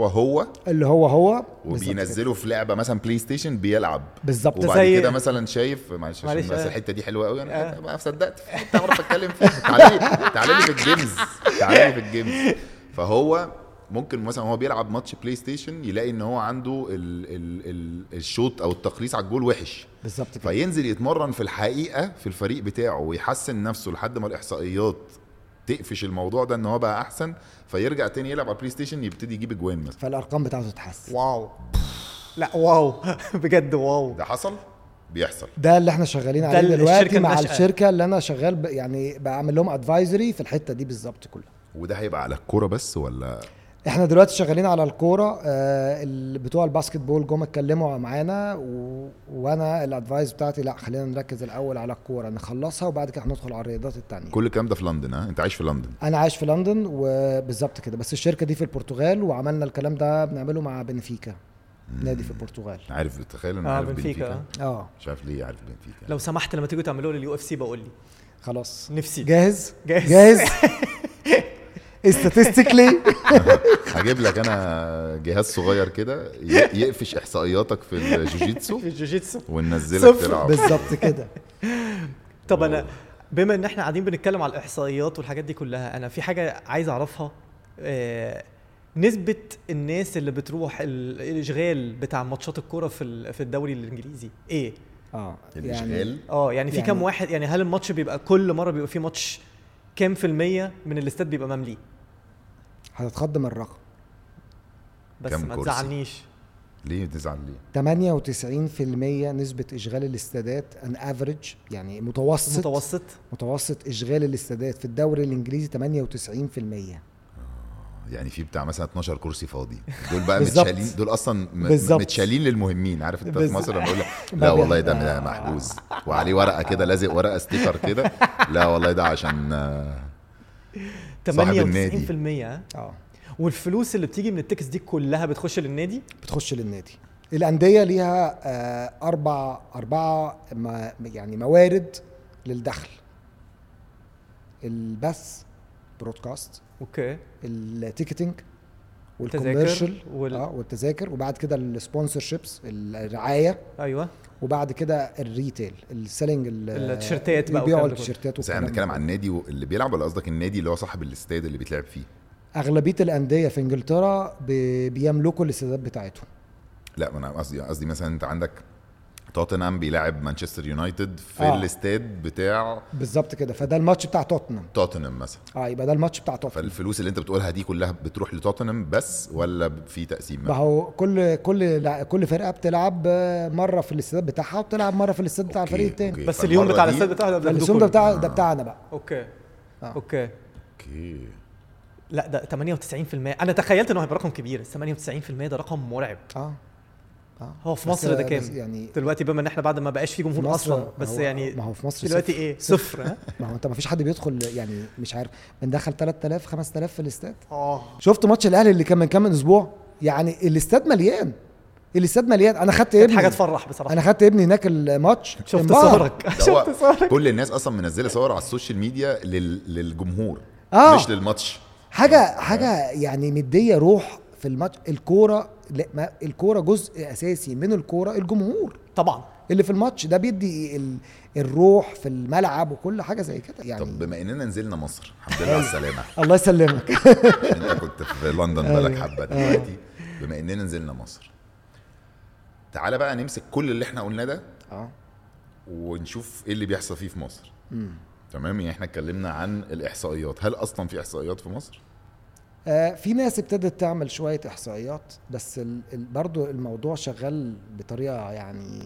هو وبينزله في لعبه مثلا بلاي ستيشن بيلعب بالظبط. وبعد كده مثلا شايف معلش بس الحته دي حلوه قوي انا ما صدقت تعرف اتكلم فيها. تعالى لي في الجيمز. فهو ممكن مثلا هو بيلعب ماتش بلاي ستيشن يلاقي ان هو عنده الشوط او التقليص على الجول وحش بالظبط كده. فينزل يتمرن في الحقيقه في الفريق بتاعه ويحسن نفسه لحد ما الاحصائيات تقفش الموضوع ده ان هو بقى احسن فيرجع تاني يلعب على بلاي ستيشن يبتدي يجيب اجوان مثلا فالارقام بتاعته تتحسن. واو لا واو بجد واو. ده بيحصل ده اللي احنا شغالين عليه دلوقتي مع الشركه اللي انا شغال يعني بعمل لهم ادفايزري في الحته دي بالظبط كلها. وده هيبقى على الكوره بس ولا احنا دلوقتي شغالين على الكوره. بتوع الباسكت بول جم اتكلموا معانا وانا الادفايس بتاعتي لا خلينا نركز الاول على الكوره نخلصها وبعد كده هندخل على الرياضات التانية. كل الكلام ده في لندن؟ انت عايش في لندن؟ انا عايش في لندن وبالظبط كده، بس الشركه دي في البرتغال وعملنا الكلام ده بنعمله مع بنفيكا نادي في البرتغال. عارف، تخيل انا عارف بنفيكا. مش عارف ليه عارف بنفيكا. لو سمحت لما تيجوا تعملوا لي اليو اف سي بقول لي. خلاص نفسي. جاهز استاتستيكلي. هجيب لك انا جهاز صغير كده يقفش احصائياتك في الجوجيتسو في الجوجيتسو وننزلك تلعب بالظبط كده. طب انا بما ان احنا قاعدين بنتكلم على الاحصائيات والحاجات دي كلها، انا في حاجه عايز اعرفها. نسبه الناس اللي بتروح الاشغال بتاع ماتشات الكوره في الدوري الانجليزي ايه؟ الاشغال يعني في كام واحد؟ يعني هل الماتش بيبقى كل مره بيبقى فيه ماتش كام في المية من الاستاد بيبقى مملي؟ هتتخضم الرقم بس ما تزعلنيش. ليه تزعل ليه؟ 98% نسبة إشغال الاستادات ان افريج، يعني متوسط إشغال الاستادات في الدوري الإنجليزي 98%. يعني في بتاع مثلا 12 كرسي فاضي، دول بقى متشالين، دول اصلا متشالين للمهمين. عارف انت في مصر لما اقول لا والله ده محجوز وعليه ورقه كده، لازق ورقه ستيكر كده، لا والله ده عشان 98%. والفلوس اللي بتيجي من التيكس دي كلها بتخش للنادي. الأندية ليها أربعة يعني موارد للدخل: البث برودكاست، اوكي، التيكتينج والكوميرشال والتذاكر، وبعد كده السبونسرشيبس الرعايه، ايوه، وبعد كده الريتيل السيلينج التيشيرتات بقى بيبيعوا التيشيرتات. بس احنا بنتكلم عن النادي اللي بيلعب ولا قصدك النادي اللي هو صاحب الاستاد اللي بيتلعب فيه؟ اغلبيه الانديه في انجلترا بيملكوا الاستادات بتاعتهم. لا انا قصدي مثلا انت عندك توتنهام بيلاعب مانشستر يونايتد في الاستاد بتاع بالظبط كده، فده الماتش بتاع توتنهام مثلا. يبقى ده الماتش بتاع توتنهام. فالفلوس اللي انت بتقولها دي كلها بتروح لتوتنهام بس ولا في تقسيم؟ ما هو كل فرقه بتلعب مره في الاستاد بتاعها وبتلعب مره في الاستاد بتاع الفريق الثاني. بس اليوم بتاع الاستاد بتاعها ده اليوم ده بتاعنا بقى. اوكي لا ده 98%. انا تخيلت انه هيبقى رقم كبير. 98% ده رقم مرعب. هو في مصر ده كام يعني دلوقتي؟ بما ان احنا بعد ما بقاش في جمهور اصلا، بس يعني ما هو في مصر دلوقتي ايه؟ صفر. ما هو انت ما فيش حد بيدخل، يعني مش عارف، بندخل 3000 5000 في الاستاد. شفت ماتش الاهلي اللي كان من كام اسبوع؟ يعني الاستاد مليان. انا خدت ابني، حاجه تفرح بصراحه. انا خدت ابني هناك الماتش، شفت صورك. كل الناس اصلا منزله صور على السوشيال ميديا للجمهور، مش للماتش. حاجه يعني مديه روح في الماتش. الكوره جزء اساسي من الكوره. الجمهور طبعا اللي في الماتش ده بيدي الروح في الملعب وكل حاجه زي كده يعني. طب بما اننا نزلنا مصر، الحمد لله على السلامه. الله يسلمك. انت كنت في لندن بقالك حبه، دلوقتي بما اننا نزلنا مصر، تعالى بقى نمسك كل اللي احنا قلناه ده ونشوف ايه اللي بيحصل فيه في مصر. تمام، يعني احنا اتكلمنا عن الاحصائيات. هل اصلا في احصائيات في مصر؟ في ناس ابتدت تعمل شوية إحصائيات، بس برضو الموضوع شغال بطريقة يعني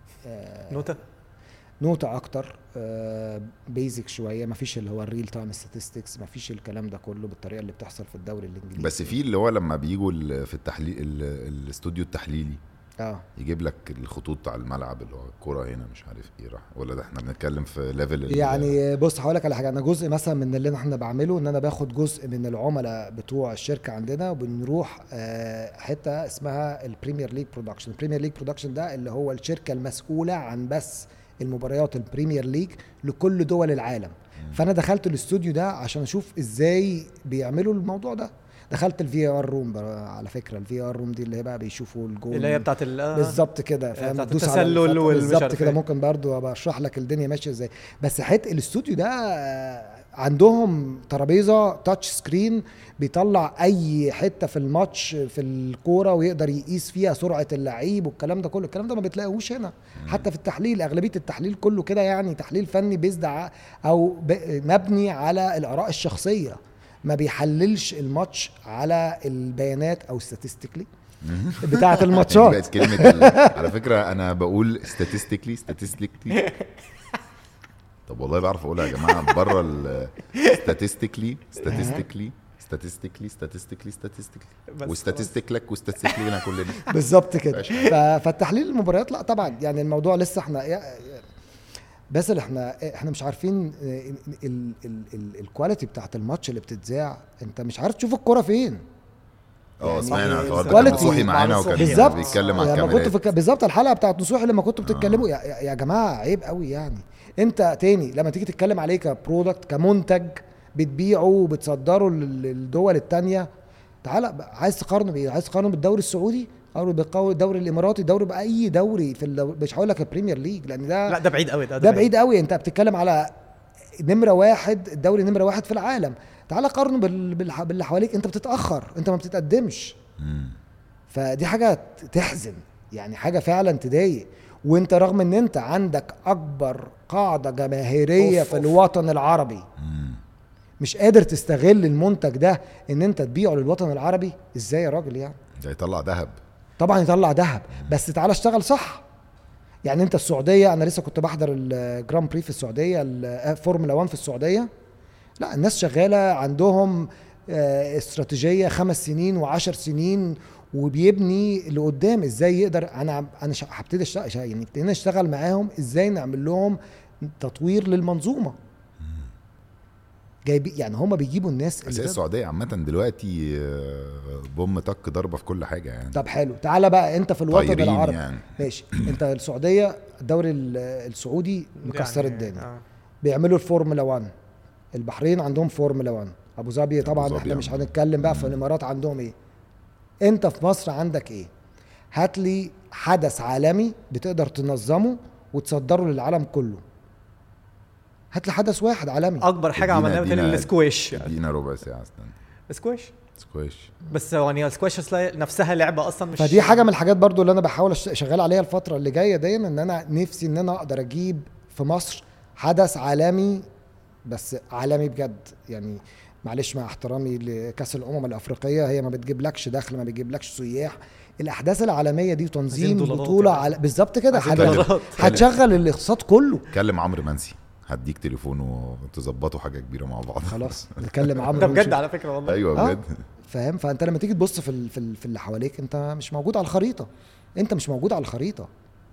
نوتة أكتر، بيزك شوية. مفيش اللي هو الريل تايم ستاتستكس، مفيش الكلام ده كله بالطريقة اللي بتحصل في الدوري الإنجليزي. بس في اللي هو لما بيجوا في التحليل الاستوديو التحليلي يجيب لك الخطوط بتاع الملعب اللي هو الكوره هنا مش عارف ايه راح، ولا ده احنا بنتكلم في ليفل يعني. بص هقول لك على حاجه. انا جزء مثلا من اللي احنا بعمله ان انا باخد جزء من العملاء بتوع الشركه عندنا وبنروح حته اسمها البريمير ليج برودكشن. البريمير ليج برودكشن ده اللي هو الشركه المسؤوله عن بث المباريات البريمير ليج لكل دول العالم. فانا دخلت الاستوديو ده عشان اشوف ازاي بيعملوا الموضوع ده. دخلت الفي ار روم على فكره. الفي ار روم دي اللي هي بقى بيشوفوا الجول اللي هي بتاعه بالظبط كده، فاهم؟ التسلل بالظبط كده. ممكن برضو ابقى اشرح لك الدنيا ماشيه ازاي. بس حته الاستوديو ده عندهم ترابيزه تاتش سكرين بيطلع اي حته في الماتش في الكوره ويقدر يقيس فيها سرعه اللعيب والكلام ده كله. الكلام ده ما بتلاقيهوش هنا. حتى في التحليل، اغلبيه التحليل كله كده يعني تحليل فني بيزدع او مبني على الاراء الشخصيه، ما بيحللش الماتش على البيانات او statistically بتاعه الماتشات. بقت كلمه على فكره انا بقول statistically طب والله بعرف اقولها يا جماعه بره statistically statistically بس وستاتستيك لك وستاتستيك لنا كلنا. بالظبط كده. فالتحليل المباريات لا طبعا يعني الموضوع لسه احنا بس احنا مش عارفين الكواليتي بتاعت الماتش اللي بتتذاع. انت مش عارف تشوف الكرة فين. سمعنا الحوار ده quality كان نصوحي معانا وكان بالظبط بيتكلم على لما الكاميرات كنت بالظبط الحلقه بتاعت نصوحي لما كنتوا بتتكلموا يا جماعه عيب قوي يعني. انت تاني لما تيجي تتكلم عليه كبرودكت كمنتج بتبيعه وبتصدره للدول التانية، تعال عايز تقارنه بايه؟ عايز تقارنه بالدوري السعودي او بالدوري الاماراتي، دوري باي دوري مش هقول لك البريمير ليج لان ده لا ده بعيد قوي. ده بعيد قوي. انت بتتكلم على نمره واحد، الدوري نمره واحد في العالم. تعال قارنه باللي حواليك. انت بتتاخر، انت ما بتتقدمش. فدي حاجه تحزن يعني، حاجه فعلا تضايق. وانت رغم ان انت عندك اكبر قاعده جماهيريه في الوطن العربي مش قادر تستغل المنتج ده ان انت تبيعه للوطن العربي. ازاي يا راجل يعني؟ ده يطلع ذهب طبعا يطلع ذهب، بس تعالى اشتغل صح. يعني انت السعوديه، انا لسه كنت بحضر الجران بري في السعوديه، الفورمولا 1 في السعوديه. لا الناس شغاله عندهم استراتيجيه 5 سنين و10 سنين وبيبني لقدام. ازاي يقدر انا هبتدي يعني ابتدينا نشتغل معاهم ازاي نعمل لهم تطوير للمنظومه. جايب يعني هم بيجيبوا الناس بس السعوديه عامه دلوقتي بوم تك ضربه في كل حاجه يعني. طب حلو، تعالى بقى انت في الوطن العربي يعني. ماشي. انت السعوديه الدوري السعودي مكسر يعني الدنيا. بيعملوا الفورمولا 1. البحرين عندهم فورمولا 1. ابو ظبي طبعا احنا مش هنتكلم بقى في الامارات عندهم ايه. انت في مصر عندك ايه؟ هات لي حدث عالمي بتقدر تنظمه وتصدره للعالم كله. هات لي حدث واحد عالمي. اكبر حاجه عملناها مثلا السكواش. ادينا ربع ساعه استنى. سكواش بس يعني السكواش نفسها لعبه اصلا مش. فدي حاجه من الحاجات برضو اللي انا بحاول شغال عليها الفتره اللي جايه دي، ان انا نفسي ان انا اقدر اجيب في مصر حدث عالمي، بس عالمي بجد يعني. معلش مع احترامي لكاس الامم الافريقيه، هي ما بتجيبلكش دخل، ما بتجيبلكش سياح. الاحداث العالميه دي تنظيم بطوله بالظبط كده هتشغل الاقتصاد كله. كلم عمرو منسي هديك تليفونه وتظبطوا حاجه كبيره مع بعض. خلاص نتكلم عمرو ده بجد على فكره والله. ايوه بجد. فاهم؟ فانت لما تيجي تبص في اللي حواليك انت مش موجود على الخريطه. انت مش موجود على الخريطه.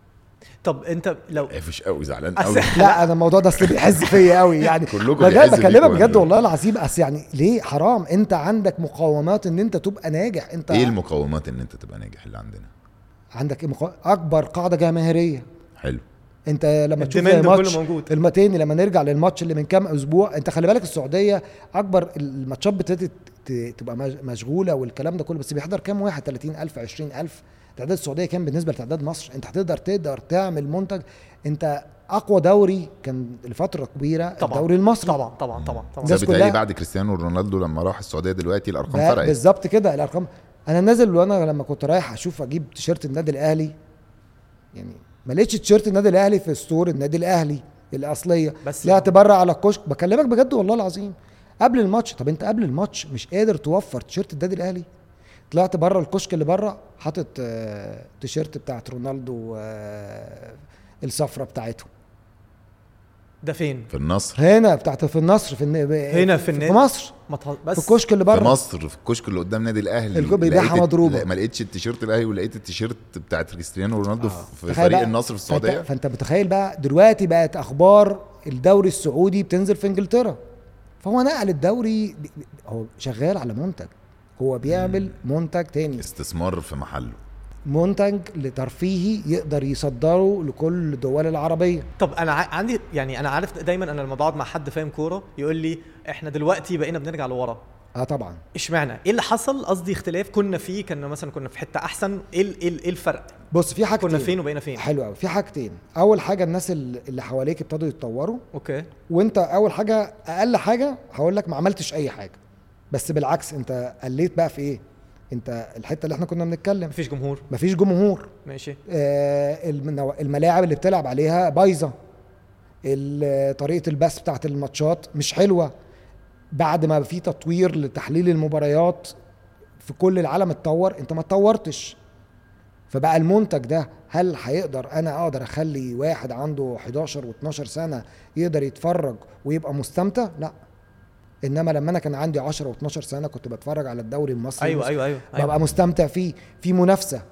طب انت لو قافش قوي زعلان قوي. لا انا الموضوع ده اصل بيحز فيا قوي يعني. كلكم بكلمك بجد والله العظيم. اصل يعني ليه حرام؟ انت عندك مقومات ان انت تبقى ناجح. انت ايه المقومات ان انت تبقى ناجح اللي عندنا؟ عندك ايه اكبر قاعده جماهيريه. حلو. انت لما تشوف الماتش الماتين، لما نرجع للماتش اللي من كام اسبوع، انت خلي بالك السعوديه اكبر الماتشات ابتدت تبقى مشغوله والكلام ده كله، بس بيحضر كام واحد؟ 30,000 20,000. تعداد السعوديه كام بالنسبه لتعداد مصر؟ انت هتقدر تعمل منتج. انت اقوى دوري كان لفتره كبيره طبعا. الدوري المصري. طبعا ده بالتالي بعد كريستيانو رونالدو لما راح السعوديه دلوقتي الارقام فرقت. بالظبط كده الارقام. انا نازل وانا لما كنت رايح اشوف اجيب تيشيرت النادي الاهلي، يعني ما لقيتش تيشيرت النادي الاهلي في ستور النادي الاهلي الاصليه، بس لا تبرع على الكشك. بكلمك بجد والله العظيم قبل الماتش. طب انت قبل الماتش مش قادر توفر تيشيرت النادي الاهلي؟ طلعت بره الكشك اللي بره حاطط تيشيرت بتاعت رونالدو الصفرة بتاعته. ده فين؟ في النصر. هنا بتاعت في النصر هنا في مصر بس في الكشك اللي بره في مصر، في الكشك اللي قدام نادي الاهلي بيبيعها مضروبه. ما لقيتش التيشيرت الاهلي ولقيت التيشيرت بتاعت كريستيانو رونالدو في فريق النصر في السعوديه. فانت متخيل بقى دلوقتي بقت اخبار الدوري السعودي بتنزل في انجلترا. فهو نقل الدوري، هو شغال على منتج، هو بيعمل منتج تاني، استثمار في محله، منتج لترفيهي يقدر يصدره لكل الدول العربية. طب انا عندي يعني انا عارف دايما انا لما بقعد مع حد فاهم كوره يقول لي احنا دلوقتي بقينا بنرجع لورا. طبعا. اشمعنى؟ ايه اللي حصل؟ قصدي اختلاف كنا فيه، كنا مثلا كنا في حته احسن. ايه الفرق؟ بص في حاجتين، كنا فين وبقينا فين. حلو قوي. في حاجتين، اول حاجه الناس اللي حواليك ابتدوا يتطوروا. اوكي. وانت اول حاجه اقل حاجه هقول لك ما عملتش اي حاجه، بس بالعكس انت قليت بقى في ايه؟ انت الحته اللي احنا كنا بنتكلم مفيش جمهور ماشي. الملاعب اللي بتلعب عليها بايظه، طريقه البث بتاعت الماتشات مش حلوه. بعد ما في تطوير لتحليل المباريات في كل العالم اتطور، انت ما اتطورتش. فبقى المنتج ده هل هيقدر انا اقدر اخلي واحد عنده 11 و12 سنه يقدر يتفرج ويبقى مستمتع؟ لا. انما لما انا كان عندي 10 و12 سنه كنت بتفرج على الدوري المصري. ايوه ببقى مستمتع فيه، في منافسه،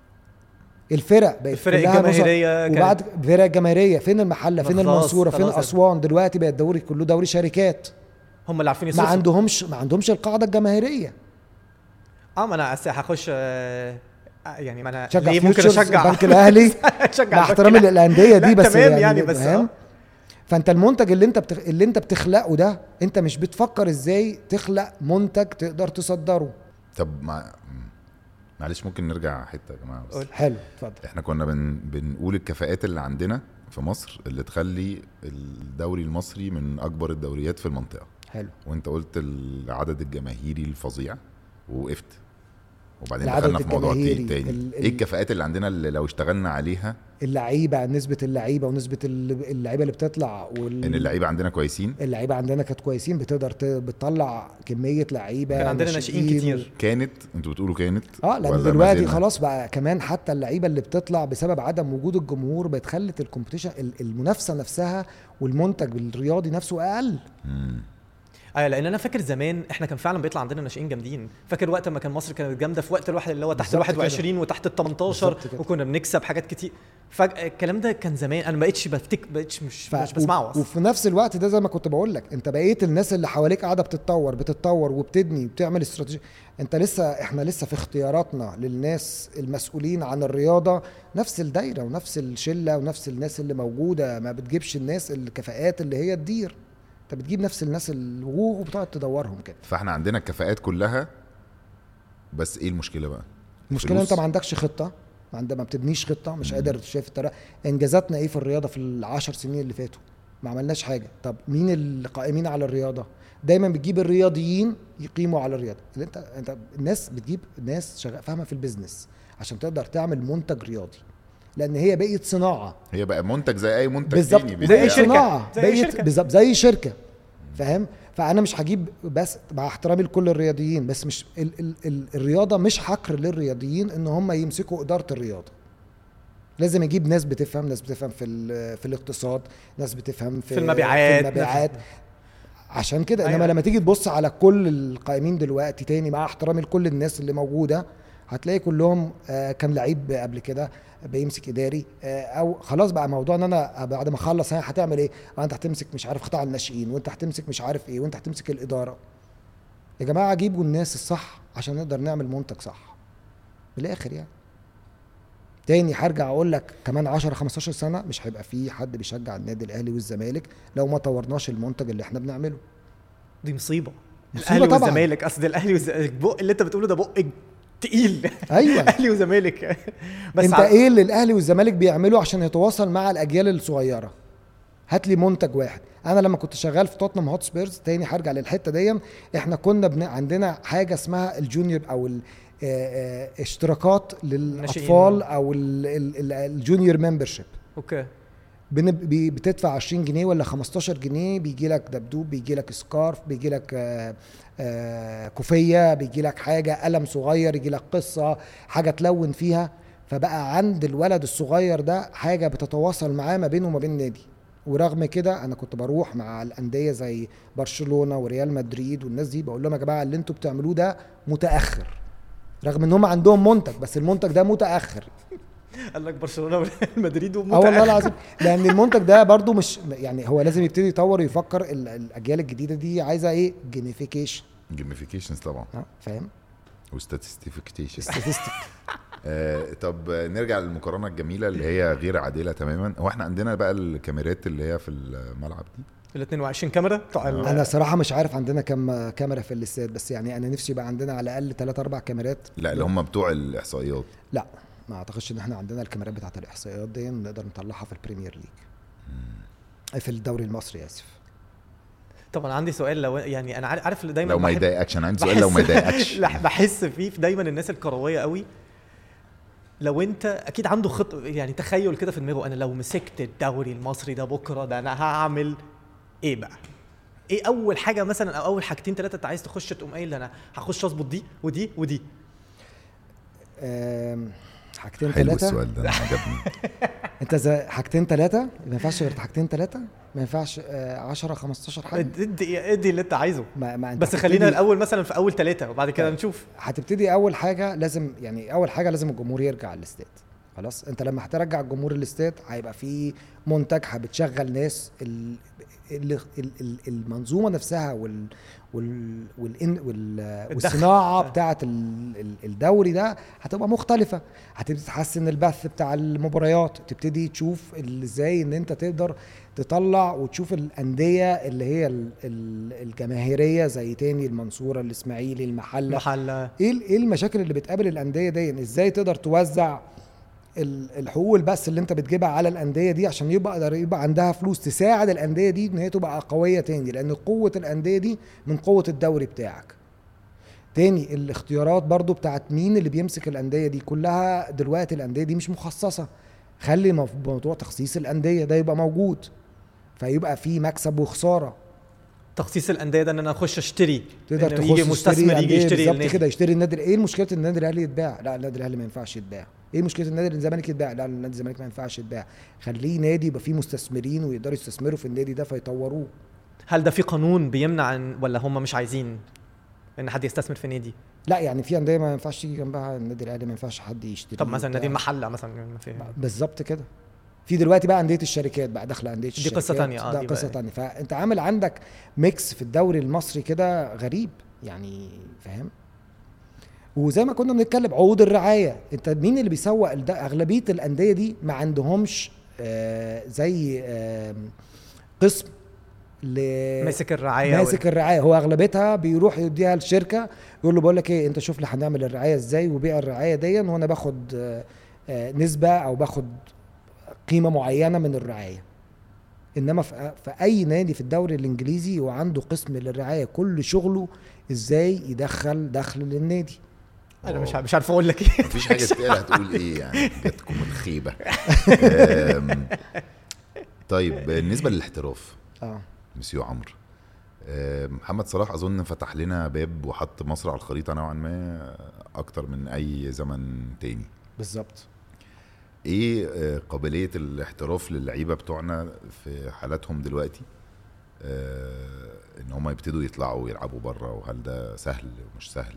الفرق بقت الجماهيريه، وبعد فرق جماهيريه فين المحله، فين المنصوره، فين اسوان، دلوقتي بقى الدوري كله دوري شركات، هم اللي عارفين يصرفوا، ما عندهمش القاعده الجماهيريه. ما انا هخش يعني ما انا ليه ممكن اشجع البنك الاهلي مع احترامي للانديه دي، بس يعني بس فانت المنتج اللي انت بتخلقه ده، انت مش بتفكر ازاي تخلق منتج تقدر تصدره. طب معلش ممكن نرجع حته يا جماعه بس؟ حلو اتفضل. احنا كنا بنقول الكفاءات اللي عندنا في مصر اللي تخلي الدوري المصري من اكبر الدوريات في المنطقه. حلو. وانت قلت العدد الجماهيري الفظيع ووقفت، وبعدين دخلنا في موضوع تاني. ايه الكفاءات اللي عندنا اللي لو اشتغلنا عليها؟ اللعيبه، نسبه اللعيبه ونسبه اللعيبه اللي بتطلع ان اللعيبه عندنا كويسين. اللعيبه عندنا كانت كويسين، بتقدر بتطلع كميه لعيبه. كان عندنا ناشئين كتير. انتوا بتقولوا كانت لان دلوقتي خلاص بقى كمان حتى اللعيبه اللي بتطلع بسبب عدم وجود الجمهور بتخلت الكومبيتيشن، المنافسه نفسها والمنتج الرياضي نفسه اقل. لان انا فاكر زمان احنا كان فعلا بيطلع عندنا ناشئين جامدين. فاكر وقت ما كان مصر كانت جامده في وقت الواحد اللي هو تحت ال 21 وتحت ال 18 وكنا بنكسب حاجات كتير. فالكلام ده كان زمان، انا ما بقتش مش بسمعه. وفي نفس الوقت ده زي ما كنت بقول لك، انت بقيت الناس اللي حواليك قاعده بتتطور وبتبني وبتعمل استراتيجيه. احنا لسه في اختياراتنا للناس المسؤولين عن الرياضه نفس الدايره ونفس الشله ونفس الناس اللي موجوده، ما بتجيبش الناس الكفاءات اللي هي تدير، انت بتجيب نفس الناس الوجوه وبتقعد تدورهم كده. فاحنا عندنا الكفاءات كلها، بس ايه المشكله بقى؟ المشكله انت ما عندكش خطه، ما بتبنيش خطه، مش قادر شايف الطريقه. انجازاتنا ايه في الرياضه في ال10 سنين اللي فاتوا؟ ما عملناش حاجه. طب مين اللي قائمين على الرياضه؟ دايما بتجيب الرياضيين يقيموا على الرياضه. اللي انت الناس بتجيب ناس فاهمه في البيزنس عشان تقدر تعمل منتج رياضي، لان هي بقت صناعه، هي بقى منتج زي اي منتج بالزبط. تاني، زي صناعه بالظبط زي شركه، فاهم؟ فانا مش هجيب، بس مع احترامي لكل الرياضيين، بس مش الرياضه مش حقر للرياضيين ان هم يمسكوا اداره الرياضه. لازم يجيب ناس بتفهم في الاقتصاد، ناس بتفهم في المبيعات عشان كده. انما لما تيجي تبص على كل القائمين دلوقتي تاني، مع احترامي لكل الناس اللي موجوده، هتلاقي كلهم كان لعيب قبل كده بيمسك اداري، او خلاص بقى موضوع ان انا بعد ما اخلص هتعمل ايه؟ انت هتمسك مش عارف قطاع الناشئين، وانت هتمسك مش عارف ايه، وانت هتمسك الاداره. يا جماعه جيبوا الناس الصح عشان نقدر نعمل منتج صح بالاخر. يعني تاني هرجع اقول لك، كمان 10 15 سنه مش هيبقى في حد بيشجع النادي الاهلي والزمالك لو ما طورناش المنتج اللي احنا بنعمله. دي مصيبه الاهلي والزمالك. اصل الاهلي والزمالك بق اللي انت بتقوله ده بق تقيل. ايوه اهلي وزمالك. بس انت ايه اللي الاهلي والزمالك بيعملوا عشان يتواصل مع الاجيال الصغيره؟ هات لي منتج واحد. انا لما كنت شغال في توتنهام هوت سبيرز، تاني هرجع للحته دي، احنا كنا عندنا حاجه اسمها الجونيور او اشتراكات للاطفال او الجونيور ممبرشيب. اوكي. بتدفع 20 جنيه ولا 15 جنيه، بيجي لك دبدوب، بيجي لك سكارف، بيجي لك كوفيه، بيجي لك حاجه، قلم صغير، يجي لك قصه، حاجه تلون فيها. فبقى عند الولد الصغير ده حاجه بتتواصل معاه ما بينه وما بين النادي. ورغم كده انا كنت بروح مع الانديه زي برشلونه وريال مدريد والناس دي، بقول لهم يا جماعه اللي انتوا بتعملوه ده متاخر، رغم ان هم عندهم منتج بس المنتج ده متاخر. قال لك برشلونه وريال مدريد ومتاخر. والله العظيم، لان المنتج ده برضو مش يعني، هو لازم يبتدي يطور ويفكر. الاجيال الجديده دي عايزه ايه؟ جيميفيكيشنز طبعا، فاهم، وستاتستيفيكيشن. طب نرجع للمقارنه الجميله اللي هي غير عادله تماما. هو احنا عندنا بقى الكاميرات اللي هي في الملعب دي ال 22 كاميرا. انا صراحه مش عارف عندنا كم كاميرا في الاستاد، بس يعني انا نفسي يبقى عندنا على الاقل 3 4 كاميرات. لا اللي هم بتوع الاحصائيات. لا ما اعتقدش ان احنا عندنا الكاميرات بتاعه الاحصائيات دي نقدر نطلعها في البريمير ليج، في الدوري المصري اسف. طبعا عندي سؤال، لو يعني انا عارف دايما لو ما يضايقكش، انا عندي سؤال لو ما يضايقكش. لا بحس فيه دايما الناس الكرويه قوي، لو انت اكيد عنده خط يعني تخيل كده في دماغه، انا لو مسكت الدوري المصري ده بكره ده انا هعمل ايه بقى؟ ايه اول حاجه مثلا، او اول حاجتين 3 انت عايز تخش تقوم قايل انا هخش اظبط دي ودي ودي؟ حاجتين حلو ثلاثه. السؤال ده عجبني. انت زي حاجتين ثلاثه ما ينفعش غير حاجتين ثلاثه، ما ينفعش 10 15 حاجه. ادي اللي انت عايزه. ما انت بس خلينا الاول مثلا في اول 3 وبعد كده نشوف. هتبتدي اول حاجه لازم، يعني اول حاجه لازم الجمهور يرجع الاستاد. خلاص انت لما هترجع الجمهور الاستاد هيبقى في منتج بتشغل ناس، المنظومه نفسها والصناعه بتاعه الدوري ده هتبقى مختلفه. هتبتدي تحسن البث بتاع المباريات، تبتدي تشوف ازاي ان انت تقدر تطلع وتشوف الانديه اللي هي الجماهيريه زي تاني المنصوره، الاسماعيلي، المحله. ايه المشاكل اللي بتقابل الانديه دي، ازاي تقدر توزع الحقوق البث اللي انت بتجيبها على الانديه دي عشان يبقى عندها فلوس تساعد الانديه دي ان هي تبقى قويه تاني، لان قوه الانديه دي من قوه الدوري بتاعك. تاني الاختيارات برضو بتاعت مين اللي بيمسك الانديه دي كلها دلوقتي، الانديه دي مش مخصصه. خلي موضوع تخصيص الانديه ده يبقى موجود، فيبقى في مكسب وخساره. تخصيص الانديه ده ان انا اخش اشتري، تقدر يجي مستثمر يجي يشتري بالظبط كده، يشتري النادي. ايه مشكله النادي الاهلي يتباع؟ لا النادي الاهلي ما ينفعش يتباع. ايه مشكله النادي الزمالك يتباع؟ لا النادي الزمالك ما ينفعش يتباع. خليه نادي يبقى فيه مستثمرين ويقدروا يستثمروا في النادي ده فيطوروه. هل ده في قانون بيمنع ولا هم مش عايزين ان حد يستثمر في نادي؟ لا يعني في انديه ما ينفعش تيجي جنبها النادي الاهلي، ما ينفعش حد يشتري. طب مثلا نادي المحله مثلا بالظبط كده. في دلوقتي بقى انديه الشركات بقى داخله انديه الشركات، دي قصه ثانيه. ده قصه ثانيه. فانت عامل عندك ميكس في الدوري المصري كده غريب يعني، فاهم؟ وزي ما كنا بنتكلم عقود الرعايه، انت مين اللي بيسوق اغلبيه الانديه دي ما عندهمش زي قسم ماسك الرعايه. هو اغلبيتها بيروح يديها للشركه، يقول له بقول لك ايه، انت شوف لي هنعمل الرعايه ازاي وبيع الرعايه دي، وانا باخد نسبه او باخد قيمه معينه من الرعايه. انما في اي نادي في الدوري الانجليزي وعنده قسم للرعايه كل شغله ازاي يدخل دخل للنادي. انا مش عارف اقول لك ايه. مفيش حاجه تقول هتقول ايه يعني، جاتكم الخيبه. طيب بالنسبه للاحتراف مسيو عمرو، محمد صلاح اظن فتح لنا باب وحط مصر على الخريطه نوعا ما اكتر من اي زمن تاني. بالظبط. ايه قابليه الاحتراف للعيبه بتوعنا في حالاتهم دلوقتي، ان هم يبتدوا يطلعوا ويلعبوا بره، وهل ده سهل ومش سهل؟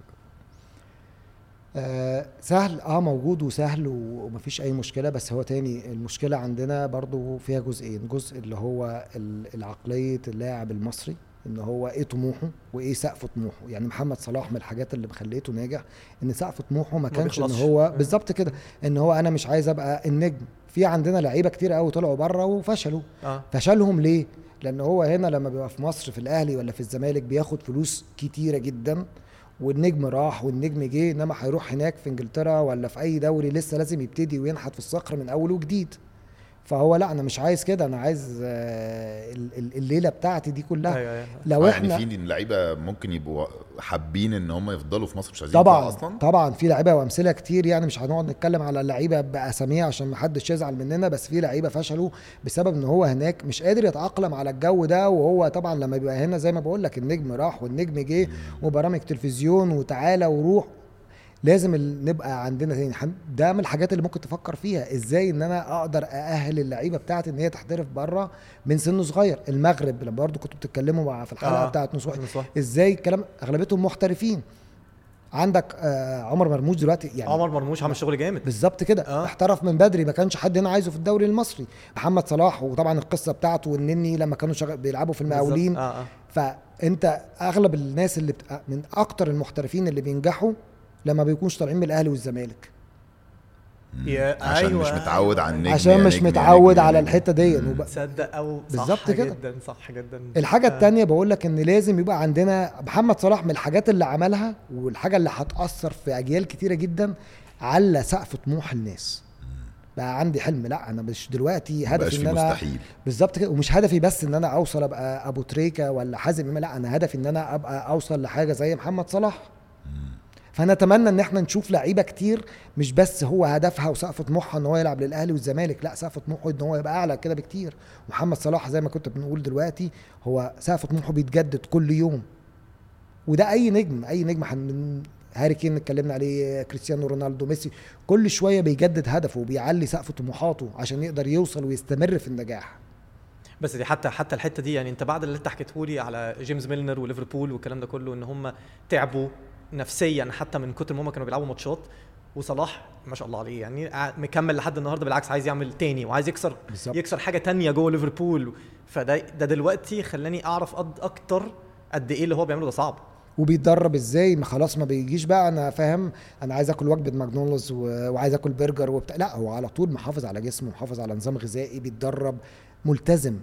سهل موجود وسهل ومفيش اي مشكله. بس هو تاني المشكله عندنا برضو فيها جزئين، جزء اللي هو العقليه اللاعب المصري، ان هو ايه طموحه وايه سقف طموحه. يعني محمد صلاح من الحاجات اللي مخليته ناجح ان سقف طموحه ما كانش ان هو بالظبط كده، ان هو انا مش عايز ابقى النجم. في عندنا لعيبه كتير قوي طلعوا بره وفشلوا. فشلهم ليه؟ لان هو هنا لما بيبقى في مصر في الاهلي ولا في الزمالك بياخد فلوس كتيره جدا، والنجم راح والنجم جه، انما هيروح هناك في انجلترا ولا في اي دوري لسه لازم يبتدي وينحت في الصخر من اول وجديد. فهو لا انا مش عايز كده، انا عايز الليله بتاعتي دي كلها. أيوة. لو احنا يعني في لعيبه ممكن يبقوا حابين ان هم يفضلوا في مصر مش عايزين طبعا اصلا. طبعا في لعيبه وامثله كتير، يعني مش هنقعد نتكلم على اللعيبه باساميها عشان ما حدش يزعل مننا، بس في لعيبه فشلوا بسبب ان هو هناك مش قادر يتاقلم على الجو ده. وهو طبعا لما بيبقى هنا زي ما بقول لك النجم راح والنجم جه وبرامج تلفزيون وتعالى وروح، لازم نبقى عندنا تاني. ده من الحاجات اللي ممكن تفكر فيها، ازاي ان انا اقدر ااهل اللعيبه بتاعتي ان هي تحترف بره من سن صغير. المغرب لما برضو كنتوا بتتكلموا في الحلقه بتاعت نصوح ازاي الكلام اغلبيتهم محترفين. عندك عمر مرموش دلوقتي، يعني عمر مرموش عمل شغل جامد بالظبط كده. احترف من بدري، ما كانش حد هنا عايزه في الدوري المصري. محمد صلاح وطبعا القصه بتاعته والنني لما كانوا بيلعبوا في المقاولين. فانت اغلب الناس اللي من اكتر المحترفين اللي بينجحوا لما بيكونش طالعين من الاهلي والزمالك. عشان مش متعود على النجم، عشان مش متعود على الحته دي. تصدق او بالظبط كده جدا صح جدا. الحاجه الثانيه بقول لك ان لازم يبقى عندنا محمد صلاح من الحاجات اللي عملها والحاجه اللي هتاثر في اجيال كتيره جدا على سقف طموح الناس. بقى عندي حلم، لا انا مش دلوقتي هدفي ان انا بالظبط كده، ومش هدفي بس ان انا اوصل ابقى ابو تريكه ولا حازم، لا انا هدفي ان انا ابقى اوصل لحاجه زي محمد صلاح. فنتمنى ان احنا نشوف لعيبه كتير مش بس هو هدفها وسقف طموحها ان هو يلعب للاهلي والزمالك، لا سقف طموحه ان هو يبقى اعلى كده بكتير. محمد صلاح زي ما كنت بنقول دلوقتي هو سقف طموحه بيتجدد كل يوم، وده اي نجم هاري كين اتكلمنا عليه، كريستيانو رونالدو، ميسي، كل شويه بيجدد هدفه وبيعلي سقف طموحاته عشان يقدر يوصل ويستمر في النجاح. بس دي حتى الحته دي، يعني انت بعد اللي انت حكيته لي على جيمس ميلنر وليفربول والكلام ده كله، ان هم تعبوا نفسيا حتى من كتر ما هم كانوا بيلعبوا ماتشات، وصلاح ما شاء الله عليه يعني مكمل لحد النهارده، بالعكس عايز يعمل تاني وعايز يكسر حاجه تانية جوه ليفربول. فده دلوقتي خلاني اعرف اكتر قد ايه اللي هو بيعمله ده صعب، وبيتدرب ازاي. ما خلاص ما بيجيش بقى انا فاهم انا عايز اكل وجبه ماكدونالدز وعايز اكل برجر وبتاع، لا هو على طول محافظ على جسمه، محافظ على نظام غذائي، بيتدرب، ملتزم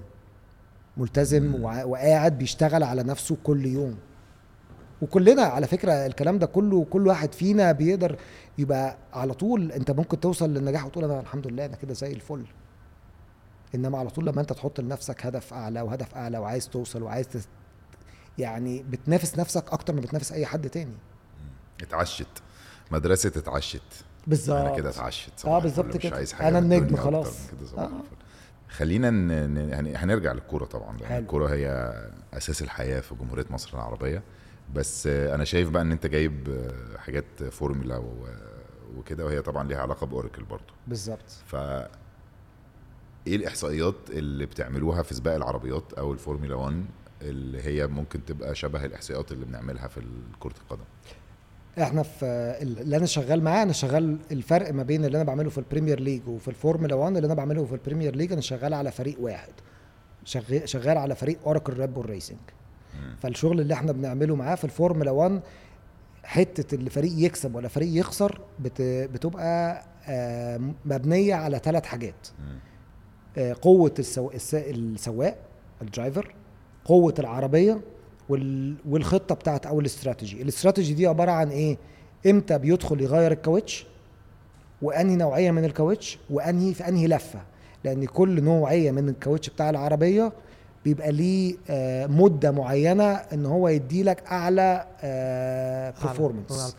وقاعد بيشتغل على نفسه كل يوم. وكلنا على فكرة الكلام ده كله، كل واحد فينا بيقدر يبقى على طول. انت ممكن توصل للنجاح وتقول انا الحمد لله انا كده زي الفل، انما على طول لما انت تحط لنفسك هدف اعلى وهدف اعلى وعايز توصل وعايز يعني بتنافس نفسك اكتر ما بتنافس اي حد تاني. اتعشت مدرسة، اتعشت بالظبط، انا كده اتعشت بالظبط كده، انا النجم خلاص. خلينا يعني هنرجع للكوره طبعا، لان الكوره هي اساس الحياه في جمهوريه مصر العربيه. بس انا شايف بقى ان انت جايب حاجات فورمولا وكده، وهي طبعا ليها علاقه باوراكل برضو. بالظبط. ايه الاحصائيات اللي بتعملوها في سباق العربيات او الفورمولا 1 اللي هي ممكن تبقى شبه الاحصائيات اللي بنعملها في كرة القدم؟ احنا في اللي انا شغال معاه، انا شغال الفرق ما بين اللي انا بعمله في البريمير ليج وفي الفورمولا 1. اللي انا بعمله في البريمير ليج انا شغال على فريق واحد، شغال على فريق اوراكل ريد بول ريسنج. فالشغل اللي احنا بنعمله معاه في الفورمولا 1 حته اللي فريق يكسب ولا فريق يخسر بتبقى مبنيه على 3 حاجات: قوه السواق الدرايفر، قوه العربيه، والخطه بتاعت او الاستراتيجي دي عباره عن ايه؟ امتى بيدخل يغير الكاوتش، وانهي نوعيه من الكاوتش، وانهي في انهي لفه، لان كل نوعيه من الكاوتش بتاع العربيه بيبقى ليه مده معينه ان هو يدي لك اعلى performance.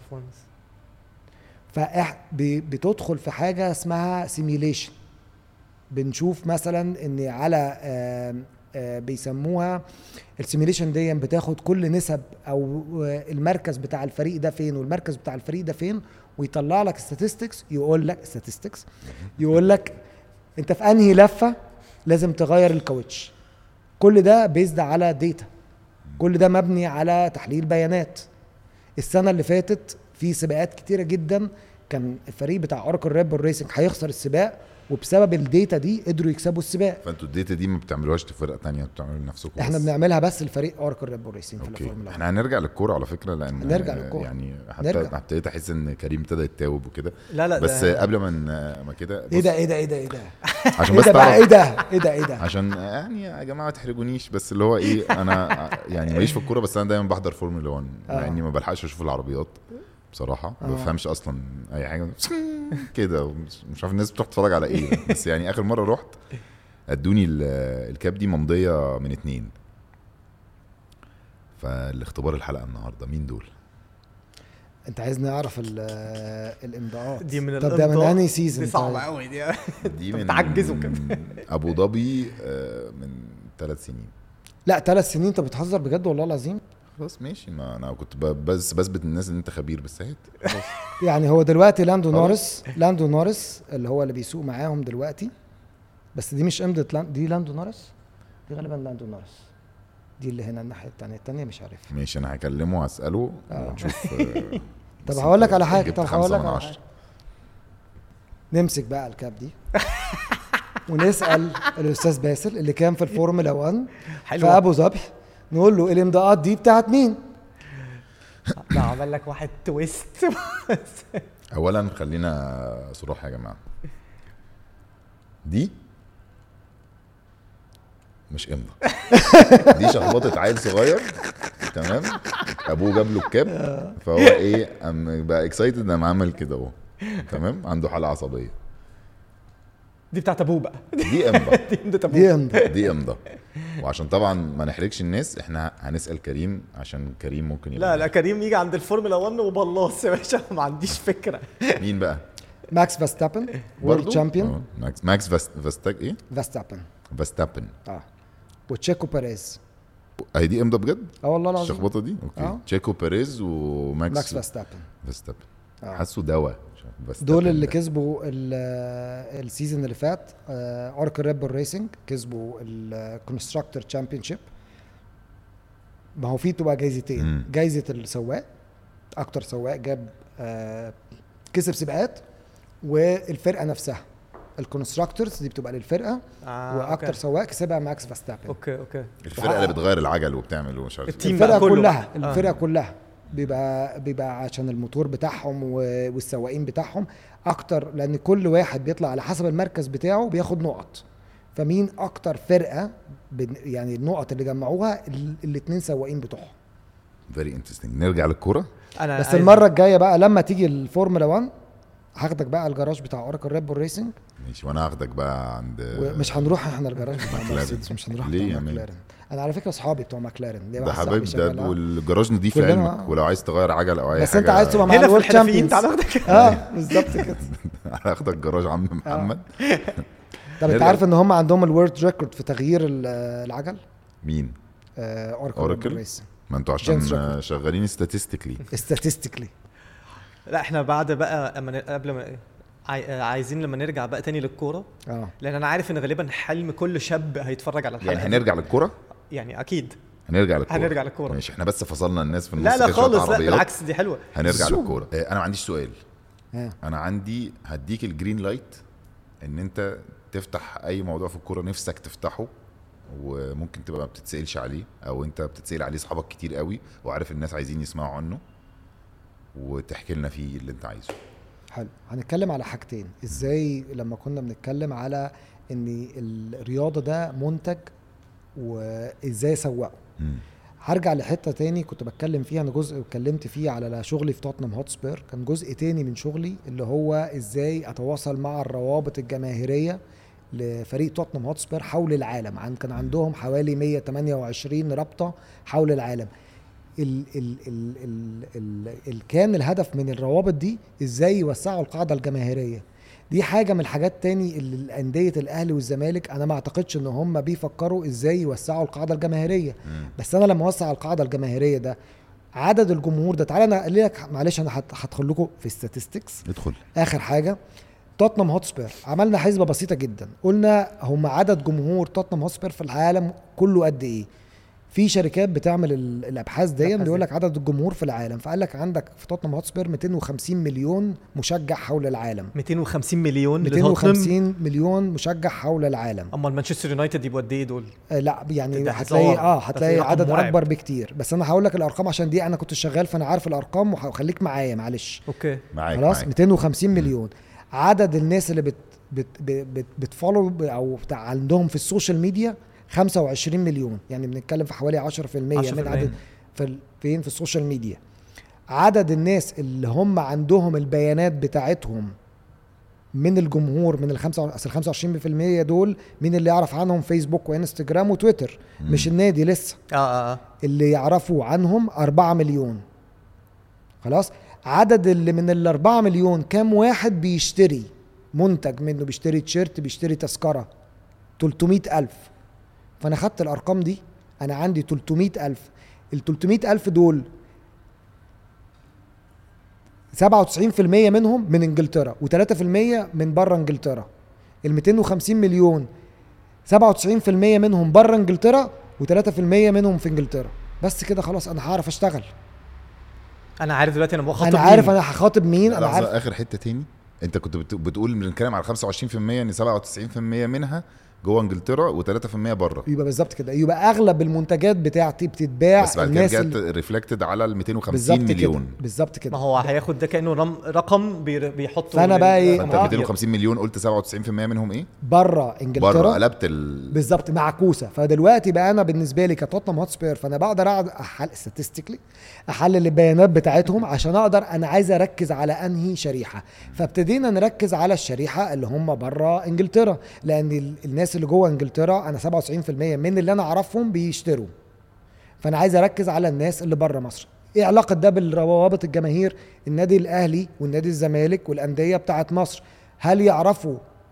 فبتدخل في حاجه اسمها سيميوليشن. بنشوف مثلا ان على بيسموها السيميوليشن دي، بتاخد كل نسب او المركز بتاع الفريق ده فين والمركز بتاع الفريق ده فين، ويطلع لك statistics، يقول لك انت في انهي لفه لازم تغير الكاوتش. كل ده بيزد على ديتا، كل ده مبني على تحليل بيانات. السنه اللي فاتت في سباقات كتيره جدا كان الفريق بتاع اوراكل ريد بول ريسنج هيخسر السباق، وبسبب الديتا دي قدروا يكسبوا السباق. فانتوا الديتا دي ما بتعملوهاش لفرق تانية، بتعملوا لنفسكم؟ احنا بنعملها بس لفريق اوراكل ريد بول ريسنج في الفورمولا. احنا هنرجع للكوره على فكره، لان هنرجع للكوره يعني حتى ابتديت احس ان كريم ابتدى يتاوب وكده. لا بس قبل ما كده ايه ده عشان بس ايه ده عشان يعني يا جماعه ما تحرجونيش، بس اللي هو ايه، انا يعني ماليش في الكوره، بس انا دايما بحضر فورمولا 1 مع اني ما بلحقش اشوف العربيات بصراحه. ما بفهمش اصلا اي حاجه كده، مش عارف الناس بتروح تتفرج على ايه. بس يعني اخر مره رحت ادوني الكاب دي ممضيه من 2. فالاختبار الحلقه النهارده مين دول؟ انت عايزني اعرف الامضاءات دي من طب ده من انهي سيزون؟ دي صعبه قوي دي من تعجزوا كده. ابو ظبي من 3 سنين. لا 3 سنين؟ انت بتهزر بجد والله العظيم؟ خلاص ماشي، ما انا كنت بس بثبت للناس ان انت خبير، بس هات يعني هو دلوقتي لاندو نورس اللي هو اللي بيسوق معاهم دلوقتي، بس دي مش امضة دي لاندو نورس، دي غالبا لاندو نورس، دي اللي هنا الناحيه الثانيه مش عارف. ماشي انا هكلمه واساله ونشوف. طب هقول لك على حاجه، نمسك بقى الكاب دي ونسال الاستاذ باسل اللي كان في الفورمولا 1 في ابو ظبي، نقول له الامضاءات دي بتاعت مين؟ لا عمل لك واحد تويست. اولا خلينا صراحه يا جماعه، دي مش امضه، دي شخبطه عيل صغير تمام، ابوه جاب له الكاب فهو ايه بقى اكسايتد انه عمل كده اهو تمام، عنده حاله عصبيه. دي بتاعت ابوه بقى، دي امضه دي امضه. وعشان طبعا ما نحرجش الناس، احنا هنسال كريم عشان كريم ممكن يبقى لا كريم يجي عند الفورمولا 1 وبلاص يا باشا، ما عنديش فكره. مين بقى؟ ماكس فيرستابن وورلد تشامبيون. ماكس فيرستابن ايه؟ فيرستابن وتشيكو بيريز. اهي دي امضى بجد؟ والله العظيم الشخبطه دي اوكي. تشيكو بيريز وماكس فيرستابن. حاسه دواء بس دول اللي كسبوا السيزون اللي فات. اوركل ريد بول ريسنج كسبوا الكونستراكتور تشامبيونشيب. ما هو في تبقى جايزتين، جايزه السواق اكتر سواق جاب كسب سباقات، والفرقه نفسها الكونستراكتورز دي بتبقى للفرقه واكتر سواق كسبها ماكس فيرستابن. اوكي الفرقه اللي بتغير العجل وبتعمل ومش عارف الفرقه كلها الفرقه كلها بيبقى عشان الموتور بتاعهم والسواقين بتاعهم اكتر، لان كل واحد بيطلع على حسب المركز بتاعه بياخد نقط. فمين اكتر فرقه يعني النقط اللي جمعوها الاثنين سواقين بتوعهم. فيري انترستينج. نرجع للكوره بس المره الجايه بقى لما تيجي الفورمولا 1 هاخدك بقى الجراج بتاع اوركل ريد بول ريسنج. ماشي. وانا هاخدك بقى عند مش هنروح احنا الجراج بتاع مرسيدس، مش هنروح ليه ماكلارين. انا على فكره اصحابي بتوع ماكلارين ده حبايب ده، والجراج نضيف علمك، ولو عايز تغير عجل او اي بس حاجه انت عايز تبقى معانا الورد تشامبيونز هاخدك. بالظبط كده. هاخدك جراج عم محمد. طب انت عارف ان هم عندهم الورد ريكورد في تغيير العجل؟ مين؟ اوركل. ما انتوا عشان شغالين statistically. لا احنا بعد بقى قبل ما عايزين لما نرجع بقى تاني للكوره، لان انا عارف ان غالبا حلم كل شاب هيتفرج على الحلقه يعني هنرجع للكوره يعني اكيد هنرجع للكوره. ماشي. احنا بس فصلنا الناس في النص. لا خالص، لا بالعكس دي حلوه. هنرجع للكوره. انا ما عنديش سؤال. انا عندي هديك الجرين لايت ان انت تفتح اي موضوع في الكوره نفسك تفتحه، وممكن تبقى ما بتتسالش عليه، او انت بتتسال عليه اصحابك كتير قوي وعارف الناس عايزين يسمعوا عنه، وتحكي لنا فيه اللي انت عايزه. حلو. هنتكلم على حاجتين. ازاي لما كنا بنتكلم على ان الرياضه ده منتج وازاي اسوقه، هرجع لحته تاني كنت بتكلم فيها. انا جزء اتكلمت فيه على شغلي في توتنهام هوتسبير، كان جزء تاني من شغلي اللي هو ازاي اتواصل مع الروابط الجماهيريه لفريق توتنهام هوتسبير حول العالم. كان عندهم حوالي 128 رابطه حول العالم. كان الهدف من الروابط دي ازاي يوسعوا القاعده الجماهيريه. دي حاجه من الحاجات تاني اللي الانديه الاهلي والزمالك انا ما اعتقدش ان هم بيفكروا ازاي يوسعوا القاعده الجماهيريه. بس انا لما اوسع القاعده الجماهيريه ده عدد الجمهور ده، تعالى انا اقول لك معلش، انا هدخل لكم في statistics. ادخل. اخر حاجه توتنهام هوتسبير عملنا حسبه بسيطه جدا، قلنا هم عدد جمهور توتنهام هوتسبير في العالم كله قد ايه. في شركات بتعمل الابحاث دي بيقول لك عدد الجمهور في العالم، فقال لك عندك في توتنهام هوتسبير 250 مليون مشجع حول العالم. 250 مليون 250 مليون مشجع حول العالم. اما مانشستر يونايتد يبقى قد ايه دول؟ لا يعني هتلاقي عدد اكبر بكتير. بس انا هقول لك الارقام عشان دي انا كنت شغال فانا عارف الارقام، وخليك معايا معلش. اوكي معاك. خلاص 250 مليون. عدد الناس اللي بتفولو او عندهم في السوشيال ميديا 25 مليون، يعني بنتكلم في حوالي 10% من عدد فين في السوشيال ميديا. عدد الناس اللي هم عندهم البيانات بتاعتهم من الجمهور من 25% دول، مين اللي يعرف عنهم؟ فيسبوك وانستجرام وتويتر، مش النادي لسه. اللي يعرفوا عنهم 4 مليون. خلاص. عدد اللي من 4 مليون كام واحد بيشتري منتج منه؟ بيشتري تيشيرت، بيشتري تذكرة؟ 300,000. فأنا خدت الأرقام دي، أنا عندي 300,000. ال 300,000 دول 97% منهم من انجلترا و3% من بره انجلترا. ال 250 مليون 97% منهم بره انجلترا و3% منهم في انجلترا. بس كده خلاص انا هعرف اشتغل. انا عارف دلوقتي انا بخاطب مين، انا عارف انا هخاطب مين. انا عارف. اخر حته تاني انت كنت بتقول بنتكلم على 25% ان 97% منها جوه انجلترا و3% بره. يبقى بالظبط كده، يبقى اغلب المنتجات بتاعتي بتتباع بس بعد كده جت ريفلكتد على ال 250 مليون. بالظبط كده. ما هو هياخد ده كانه رقم بيحطه. فانا بقى ايه؟ 250 مليون قلت 97% منهم ايه؟ بره انجلترا. بره قلبت بالظبط معكوسه. فدلوقتي بقى انا بالنسبه لي كتوتنهام هوتسبير فانا بقدر اقعد احلل البيانات بتاعتهم عشان اقدر انا عايز اركز على انهي شريحه. فابتدينا نركز على الشريحه اللي هم بره انجلترا، لان الناس اللي جوه انجلترا انا 97% من اللي انا اعرفهم بيشتروا. فانا عايز اركز على الناس اللي بره مصر. ايه علاقه ده بالروابط الجماهير؟ النادي الاهلي والنادي الزمالك والانديه بتاعت مصر هل يعرفوا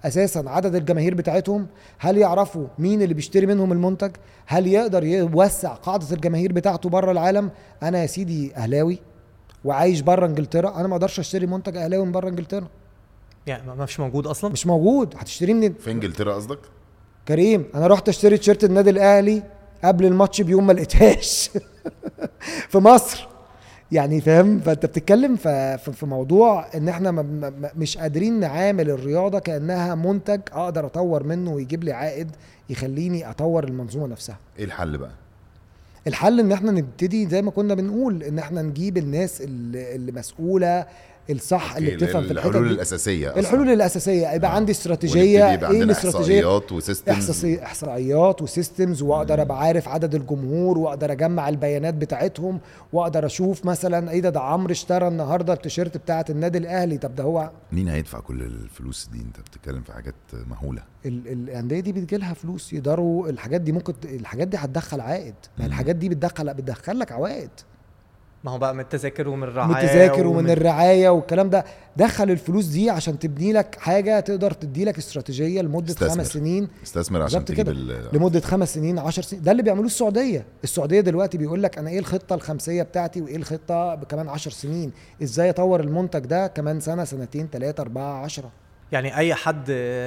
اساسا عدد الجماهير بتاعتهم، هل يعرفوا مين اللي بيشتري منهم المنتج، هل يقدر يوسع قاعده الجماهير بتاعته بره العالم. انا يا سيدي اهلاوي وعايش بره انجلترا، انا ما اقدرش اشتري منتج اهلاوي من بره انجلترا، يعني ما فيش موجود اصلا، مش موجود. هتشتريه منين في انجلترا قصدك؟ كريم؟ انا رحت اشتري تيشيرت النادي الاهلي قبل الماتش بيوم ما لقيتهاش في مصر يعني، فاهم؟ فانت بتتكلم في موضوع ان احنا مش قادرين نعامل الرياضه كانها منتج اقدر اطور منه ويجيب لي عائد يخليني اطور المنظومه نفسها. ايه الحل بقى؟ الحل ان احنا نبتدي زي ما كنا بنقول، ان احنا نجيب الناس اللي مسؤوله الصح، اللي بتفهم في الحته دي. الحلول الاساسيه أصلاً. الحلول الاساسيه يبقى عندي استراتيجيه، ايه الاستراتيجيه؟ احصائيات وسيستمز، احصائيات وسيستمز، واقدر ابقى عارف عدد الجمهور، واقدر اجمع البيانات بتاعتهم، واقدر اشوف مثلا ايه ده عمرو اشترى النهارده التيشيرت بتاعه النادي الاهلي، طب ده هو مين هيدفع كل الفلوس دي؟ انت بتتكلم في حاجات مهوله. الانديه دي بتجي لها فلوس، يقدروا الحاجات دي، ممكن الحاجات دي هتدخل عائد، يعني الحاجات دي بتدخل لك عوائد. ما هو بقى من التذاكر ومن الرعايه، من التذاكر ومن الرعايه والكلام ده. دخل الفلوس دي عشان تبني لك حاجه تقدر تدي لك استراتيجيه لمده 5 سنين. استثمر عشان تجيب لمده 5 سنين 10 سنين. ده اللي بيعملوه السعوديه دلوقتي بيقول لك انا ايه الخطه الخمسيه بتاعتي، وايه الخطه كمان 10 سنين، ازاي اطور المنتج ده كمان سنه سنتين 3 4 10. يعني اي حد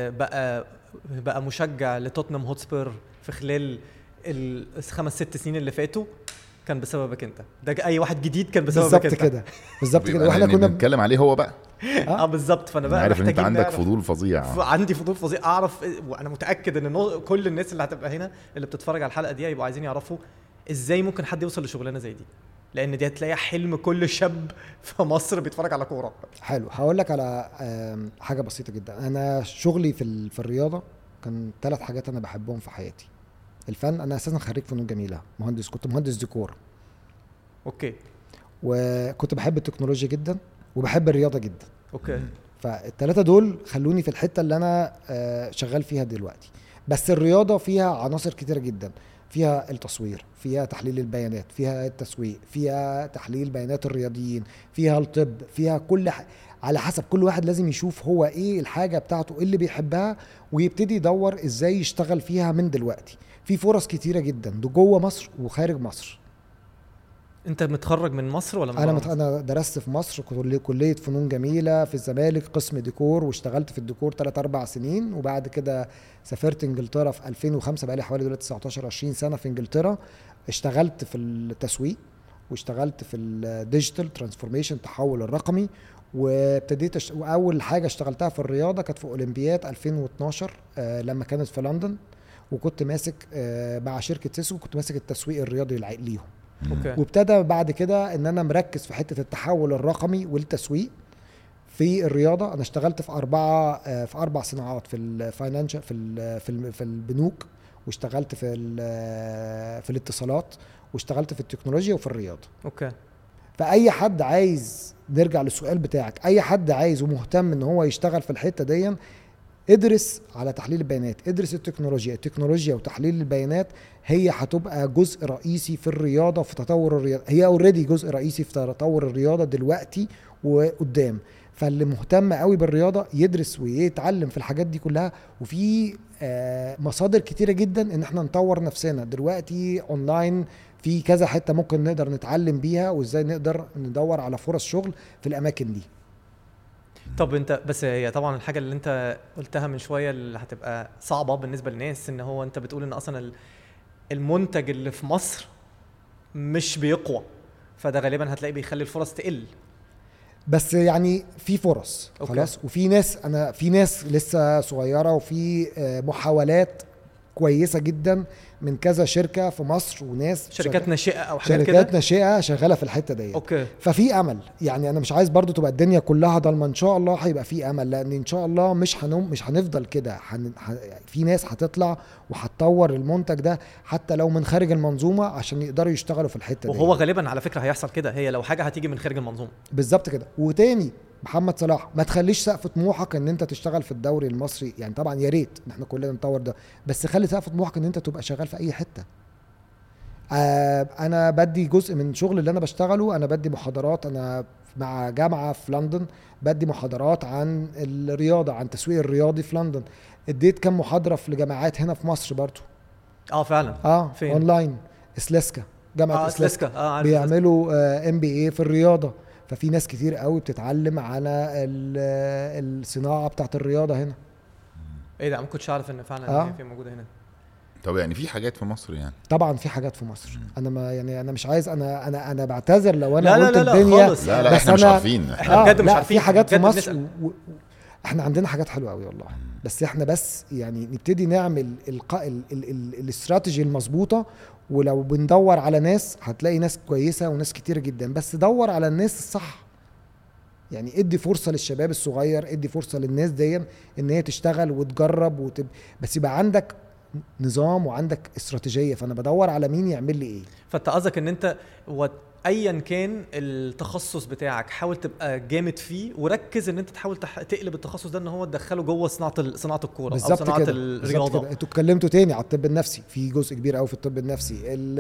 بقى مشجع لتوتنهام هوتسبير في خلال ال5 6 سنين اللي فاتوا كان بسببك انت. ده اي واحد جديد كان بسببك انت. بالظبط كده واحنا كنا بنتكلم عليه هو بقى. بالظبط. فانا بقى عارف ان انت عندك فضول فظيع. عندي فضول فظيع اعرف، وانا متاكد ان كل الناس اللي هتبقى هنا اللي بتتفرج على الحلقه دي هيبقوا عايزين يعرفوا ازاي ممكن حد يوصل لشغلانه زي دي، لان دي هتلاقي حلم كل شاب في مصر بيتفرج على كوره. حلو. هقول لك على حاجه بسيطه جدا. انا شغلي في الرياضه كان 3 حاجات انا بحبهم في حياتي. الفن، انا اساسا خريج فنون جميله، كنت مهندس ديكور. اوكي. وكنت بحب التكنولوجيا جدا وبحب الرياضه جدا. اوكي. فالثلاثه دول خلوني في الحته اللي انا شغال فيها دلوقتي. بس الرياضه فيها عناصر كتيره جدا، فيها التصوير، فيها تحليل البيانات، فيها التسويق، فيها تحليل بيانات الرياضيين، فيها الطب، فيها كل على حسب كل واحد لازم يشوف هو ايه الحاجه بتاعته اللي بيحبها ويبتدي يدور ازاي يشتغل فيها من دلوقتي. في فرص كتيره جدا جوه مصر وخارج مصر. انت متخرج من مصر ولا من انا درست في مصر، كليه فنون جميله في الزمالك قسم ديكور، واشتغلت في الديكور 3-4 سنين. وبعد كده سافرت انجلترا في 2005، بقى لي حوالي دلوقتي 19 20 سنه في انجلترا. اشتغلت في التسويق، واشتغلت في الديجيتال ترانسفورميشن، التحول الرقمي. وابتديت واول حاجه اشتغلتها في الرياضه كانت في اولمبياد 2012 لما كانت في لندن، وكنت ماسك مع شركه سيسو، كنت ماسك التسويق الرياضي ليهم. أوكي. وابتدى بعد كده ان انا مركز في حته التحول الرقمي والتسويق في الرياضه. انا اشتغلت في 4 صناعات، في الفاينانشال، في البنوك، واشتغلت في الاتصالات، واشتغلت في التكنولوجيا وفي الرياضه. اوكي. فاي حد عايز، نرجع للسؤال بتاعك، اي حد عايز ومهتم ان هو يشتغل في الحته دي، ادرس على تحليل البيانات، ادرس التكنولوجيا وتحليل البيانات. هي هتبقى جزء رئيسي في الرياضه، في تطور الرياضه. هي اوريدي جزء رئيسي في تطور الرياضه دلوقتي وقدام. فاللي مهتم قوي بالرياضه يدرس ويتعلم في الحاجات دي كلها. وفي مصادر كتيره جدا ان احنا نطور نفسنا دلوقتي اونلاين، في كذا حته ممكن نقدر نتعلم بيها، وازاي نقدر ندور على فرص شغل في الاماكن دي. طب انت بس هي طبعا الحاجه اللي انت قلتها من شويه اللي هتبقى صعبه بالنسبه للناس، ان هو انت بتقول ان اصلا المنتج اللي في مصر مش بيقوى، فده غالبا هتلاقي بيخلي الفرص تقل. بس يعني في فرص خلاص، وفي ناس لسه صغيره، وفي محاولات كويسه جدا من كذا شركه في مصر، وناس شركات ناشئه او حاجات كده، شركات ناشئه شغاله في الحته دي. اوكي. ففي امل. يعني انا مش عايز برضو تبقى الدنيا كلها ضلمه، ان شاء الله هيبقى في امل، لان ان شاء الله مش هنفضل كده. في ناس هتطلع وهتطور المنتج ده حتى لو من خارج المنظومه عشان يقدروا يشتغلوا في الحته دي. وهو غالبا على فكره هيحصل كده، هي لو حاجه هتيجي من خارج المنظومه. بالظبط كده. وتاني محمد صلاح، ما تخليش سقف طموحك ان انت تشتغل في الدوري المصري. يعني طبعا يا ريت ان احنا كلنا نطور ده، بس خلي سقف طموحك ان انت تبقى شغال في اي حته. انا بدي جزء من شغل اللي انا بشتغله، انا بدي محاضرات. انا مع جامعه في لندن بدي محاضرات عن الرياضه، عن التسويق الرياضي في لندن. اديت كم محاضره في الجامعات هنا في مصر برضو. فعلا فين؟ اونلاين. اسلسكا، جامعه اسلسكا بيعملوا MBA في الرياضه. ففي ناس كتير قوي بتتعلم على الصناعه بتاعت الرياضه هنا. ايه ده، ما كنتش عارف ان فعلا في موجوده هنا. طب يعني في حاجات في مصر يعني؟ طبعا في حاجات في مصر. انا ما يعني انا مش عايز، انا بعتذر لو انا قلت الدنيا خالص. لا بس احنا مش عارفين، احنا بجد مش عارفين. في حاجات في مصر احنا عندنا حاجات حلوه قوي والله. بس احنا بس يعني نبتدي نعمل الاستراتيجي المظبوطه. ولو بندور على ناس هتلاقي ناس كويسه وناس كتير جدا، بس دور على الناس الصح. يعني ادي فرصه للشباب الصغير، ادي فرصه للناس دي ان هي تشتغل وتجرب بس يبقى عندك نظام وعندك استراتيجيه. فانا بدور على مين يعمل لي ايه. فانت قصدك ان انت ايا كان التخصص بتاعك حاول تبقى جامد فيه، وركز ان انت تحاول تقلب التخصص ده ان هو تدخله جوه صناعه الكوره او صناعه الرياضه. انتوا اتكلمتوا تاني على الطب النفسي، في جزء كبير قوي في الطب النفسي.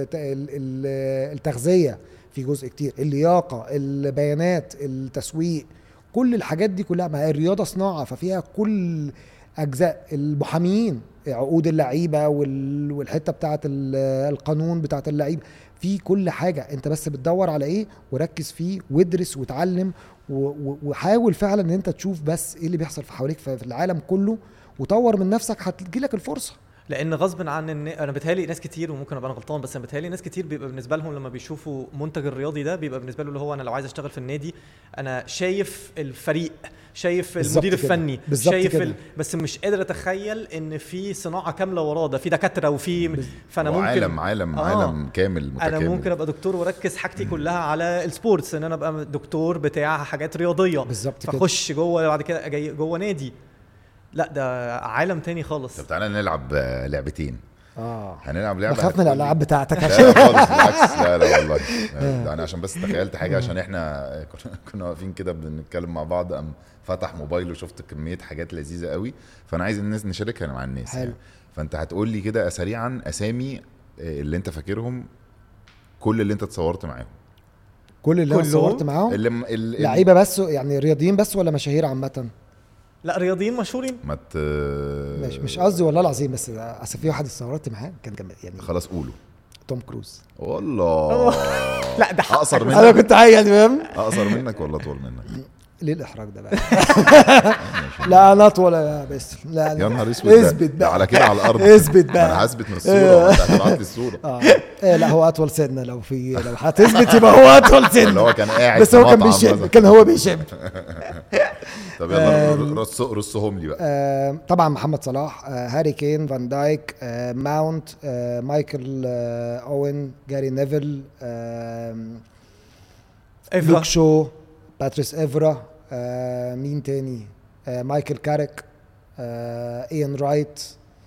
التغذيه في جزء كتير، اللياقه، البيانات، التسويق، كل الحاجات دي كلها. ما هي الرياضه صناعه، ففيها كل اجزاء. المحاميين، عقود اللعيبه والحته بتاعه القانون بتاعه اللعيبه، في كل حاجه. انت بس بتدور على ايه وركز فيه وادرس وتعلم وحاول فعلا ان انت تشوف بس ايه اللي بيحصل في حواليك في العالم كله، وطور من نفسك هتجيلك الفرصه. لان غصب عن انا بتهيالي ناس كتير، وممكن ابقى انا غلطان، بس انا بتهيالي ناس كتير بيبقى بالنسبه لهم لما بيشوفوا منتج الرياضي ده بيبقى بالنسبه له اللي هو انا لو عايز اشتغل في النادي انا شايف الفريق، شايف المدير الفني، شايف بس مش قادر اتخيل ان في صناعه كامله وراه ده، في دكاتره وفي فانا ممكن عالم كامل متكامل. انا ممكن ابقى دكتور وركز حاجتي كلها على السبورتس، ان انا ابقى دكتور بتاع حاجات رياضيه فاخش جوه بعد كده جاي جوه نادي. لا ده عالم تاني خالص. طب تعالى نلعب لعبتين. هنلعب لعبه. بخاف من الالعاب بتاعتك عشان خالص بالعكس. لا والله انا عشان بس تخيلت حاجه، عشان احنا كنا واقفين كده بنتكلم مع بعض، قام فتح موبايله وشفت كميه حاجات لذيذه قوي، فانا عايز الناس نشاركها مع الناس يعني. فانت هتقول لي كده سريعا اسامي اللي انت فاكرهم، كل اللي انت اتصورت معاهم. كل اللي انا صورت معاهم لعيبه بس يعني رياضيين بس ولا مشاهير عامه؟ لا رياضيين مشهورين. مش قصدي والله العظيم، بس اصل في واحد صورت معاه كان جميل يعني. خلاص قولوا. توم كروز. والله لا ده اقصر منك. انا كنت عايز فاهم اقصر منك ولا اطول منك؟ ليه الاحراج ده بقى؟ لا انا اطول يا بس. لا يا نهار اسود، اثبت بقى على كده على الارض. اثبت بقى. انا هثبت من الصوره، انت هتبعت لي الصوره. لا هو اطول سنه، لو هتثبت يبقى هو اطول سنه. اللي هو كان قاعد بس هو كان بيشب، كان هو بيشب. طب يلا رصهم لي بقى. طبعا محمد صلاح، هاري كين، فان دايك، ماونت، مايكل اوين، جاري نيفل، لوك شو، باتريس إفرا، مين تاني، مايكل كاريك، إيان رايت،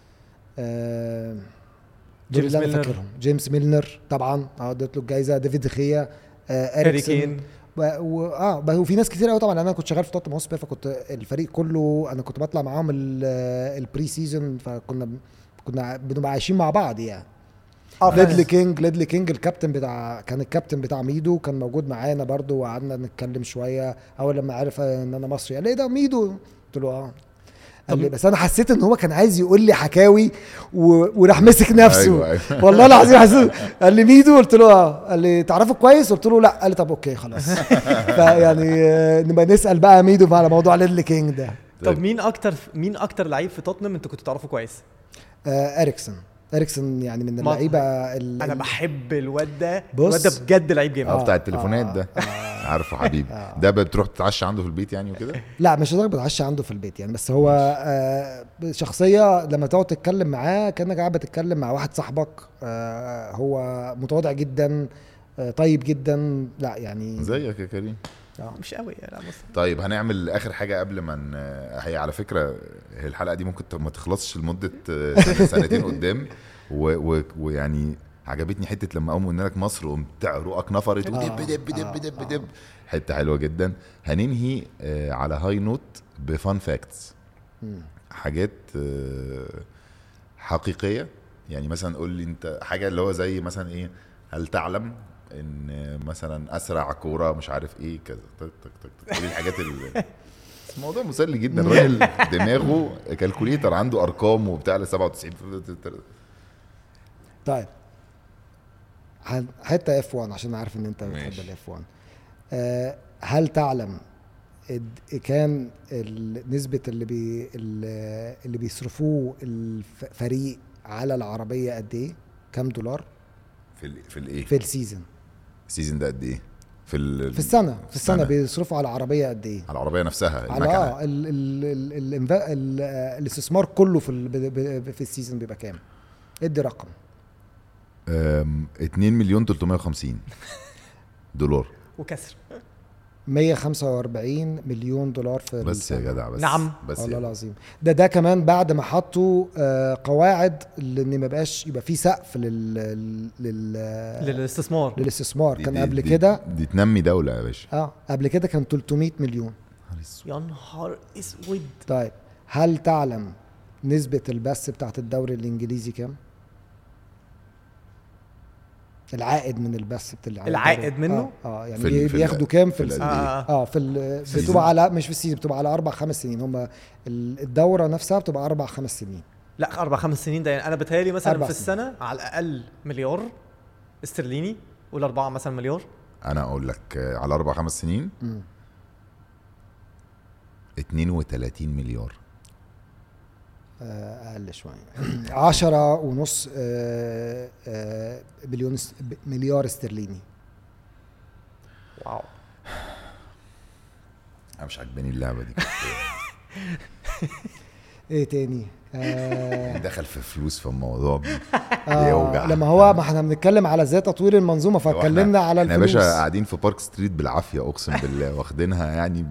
جيمس ميلنر. جيمس ميلنر طبعا اديت له الجايزه. ديفيد دخيا، إريكين. وفي ناس كتير قوي طبعا. انا كنت شغال في توتنهام هوتسبير، فكنت الفريق كله انا كنت بطلع معاهم البري سيزون، فكنا بنبقى عايشين مع بعض يعني. ليدلي كينج الكابتن كان الكابتن بتاع ميدو، كان موجود معانا برضو، وقعدنا نتكلم شويه. اول لما عرف ان انا مصري قال لي ده ميدو، قلت له قال لي بس انا حسيت ان هو كان عايز يقول لي حكاوي وراح مسك نفسه. أيوة. والله العظيم حسيت. قال لي ميدو، قلت له قال لي تعرفه كويس، قلت له لا. قال لي طب اوكي خلاص. فيعني نبقى نسال بقى ميدو على موضوع ليدلي كينج ده. طب مين اكتر لعيب في توتنهام انت كنت تعرفه كويس؟ اريكسون يعني من اللعيبه انا بحب الواد ده بجد لعيب جامد. بتاع التليفونات ده. عارفه حبيبي. ده بتروح تتعشى عنده في البيت يعني وكده؟ لا مش هتقدر تتعشى عنده في البيت يعني، بس هو شخصيه لما تقعد تتكلم معاه كانك قاعد بتتكلم مع واحد صاحبك. هو متواضع جدا، طيب جدا. لا يعني زيك يا كريم. مش قوي لا بص. طيب هنعمل اخر حاجه قبل ما هي على فكره الحلقه دي ممكن ما تخلصش لمده سنتين قدام. ويعني عجبتني حته لما قاموا قلنا لك مصر قمت رؤك نفرت ودب دب دب دب دب. حته حلوه جدا. هننهي على هاي نوت بفان فاكتس، حاجات حقيقيه يعني. مثلا قول لي انت حاجه اللي هو زي مثلا ايه، هل تعلم ان مثلا اسرع كوره مش عارف ايه كذا تك تك تك كل الحاجات الموضوع مسلي جدا. الراجل دماغه كالكوليتر، عنده ارقام وبتاع ل 97. طيب حتى F1 عشان عارف ان انت بتحب ال F1. هل تعلم كان نسبة اللي بيصرفوه الفريق على العربية قد ايه؟ كام دولار في الايه في السيزن ده قد ايه في السنة بيصرفوا على العربية قد ايه؟ على العربية نفسها، على الاستثمار كله في السيزن بيبقى كام؟ ادي رقم. 2,350,000 دولار وكسر 145 مليون دولار في بس يا جدع. بس نعم بس والله العظيم. ده كمان بعد ما حطوا قواعد لان ما بقاش يبقى في سقف للاستثمار. كان قبل كده دي تنمي دولة يا باشا. قبل كده كان 300 مليون. يا نهار اسود. طيب هل تعلم نسبة البث بتاعت الدوري الانجليزي كام؟ العائد من البث بتاع العائد منه يعني بياخدوا كام في بتبقى على مش في السيزون، بتبقى على 4-5 سنين. هم الدوره نفسها بتبقى 4-5 سنين. لا 4-5 سنين ده يعني انا بتهيألي مثلا في السنه على الاقل مليار استرليني ولا 4 مثلا مليار. انا اقول لك على 4-5 سنين 32 مليار. اقل شويه 10.5 مليار استرليني. واو. انا مش عاجباني اللعبه دي. ايه تاني؟ دخل في فلوس في الموضوع بيوجع. لما هو ما احنا بنتكلم على ازاي تطوير المنظومه فاتكلمنا على الفلوس. احنا يا باشا قاعدين في بارك ستريت بالعافيه اقسم بالله واخدينها يعني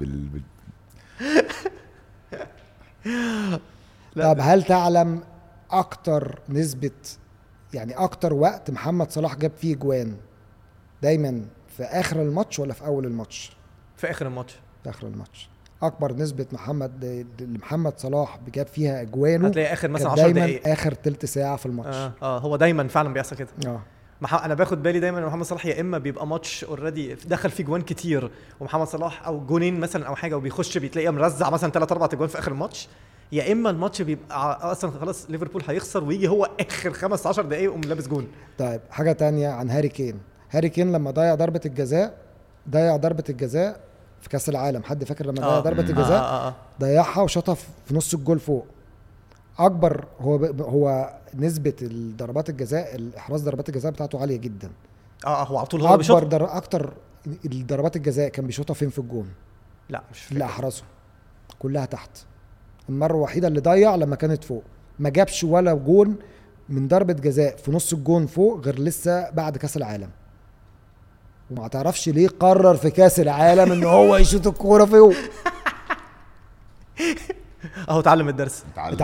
طب هل تعلم اكتر نسبة يعني اكتر وقت محمد صلاح جاب فيه جوان دايما في اخر الماتش ولا في اول الماتش؟ في اخر الماتش. في اخر الماتش. اكبر نسبة محمد صلاح جاب فيها اجوانه هتلاقي اخر مثلا 10 دقايق، دايما اخر تلت ساعة في الماتش. هو دايما فعلا بيحصل كده. انا باخد بالي دايما ان محمد صلاح يا اما بيبقى ماتش اوريدي دخل فيه جوان كتير ومحمد صلاح او جونين مثلا او حاجه وبيخش بتلاقيه مرزع مثلا 3-4 جوان في اخر الماتش، يا اما الماتش بيبقى اصلا خلاص ليفربول هيخسر ويجي هو اخر 15 دقايق يقوم لابس جون. طيب حاجه تانية عن هاري كين لما ضيع ضربه الجزاء في كاس العالم. حد فاكر لما ضيع ضربه الجزاء؟ ضيعها وشاطها في نص الجول فوق. اكبر هو نسبه الضربات الجزاء، الاحراز ضربات الجزاء بتاعته عاليه جدا. هو على طول هو بيشوط اكتر الضربات الجزاء كان بيشوطها فين في الجون؟ لا مش فاكر. لا احرزه كلها تحت. المره الوحيده اللي ضيع لما كانت فوق، ما جابش ولا جون من ضربه جزاء في نص الجون فوق غير لسه بعد كاس العالم. وما تعرفش ليه قرر في كاس العالم ان هو يشوط الكوره فوق. اهو اتعلم الدرس.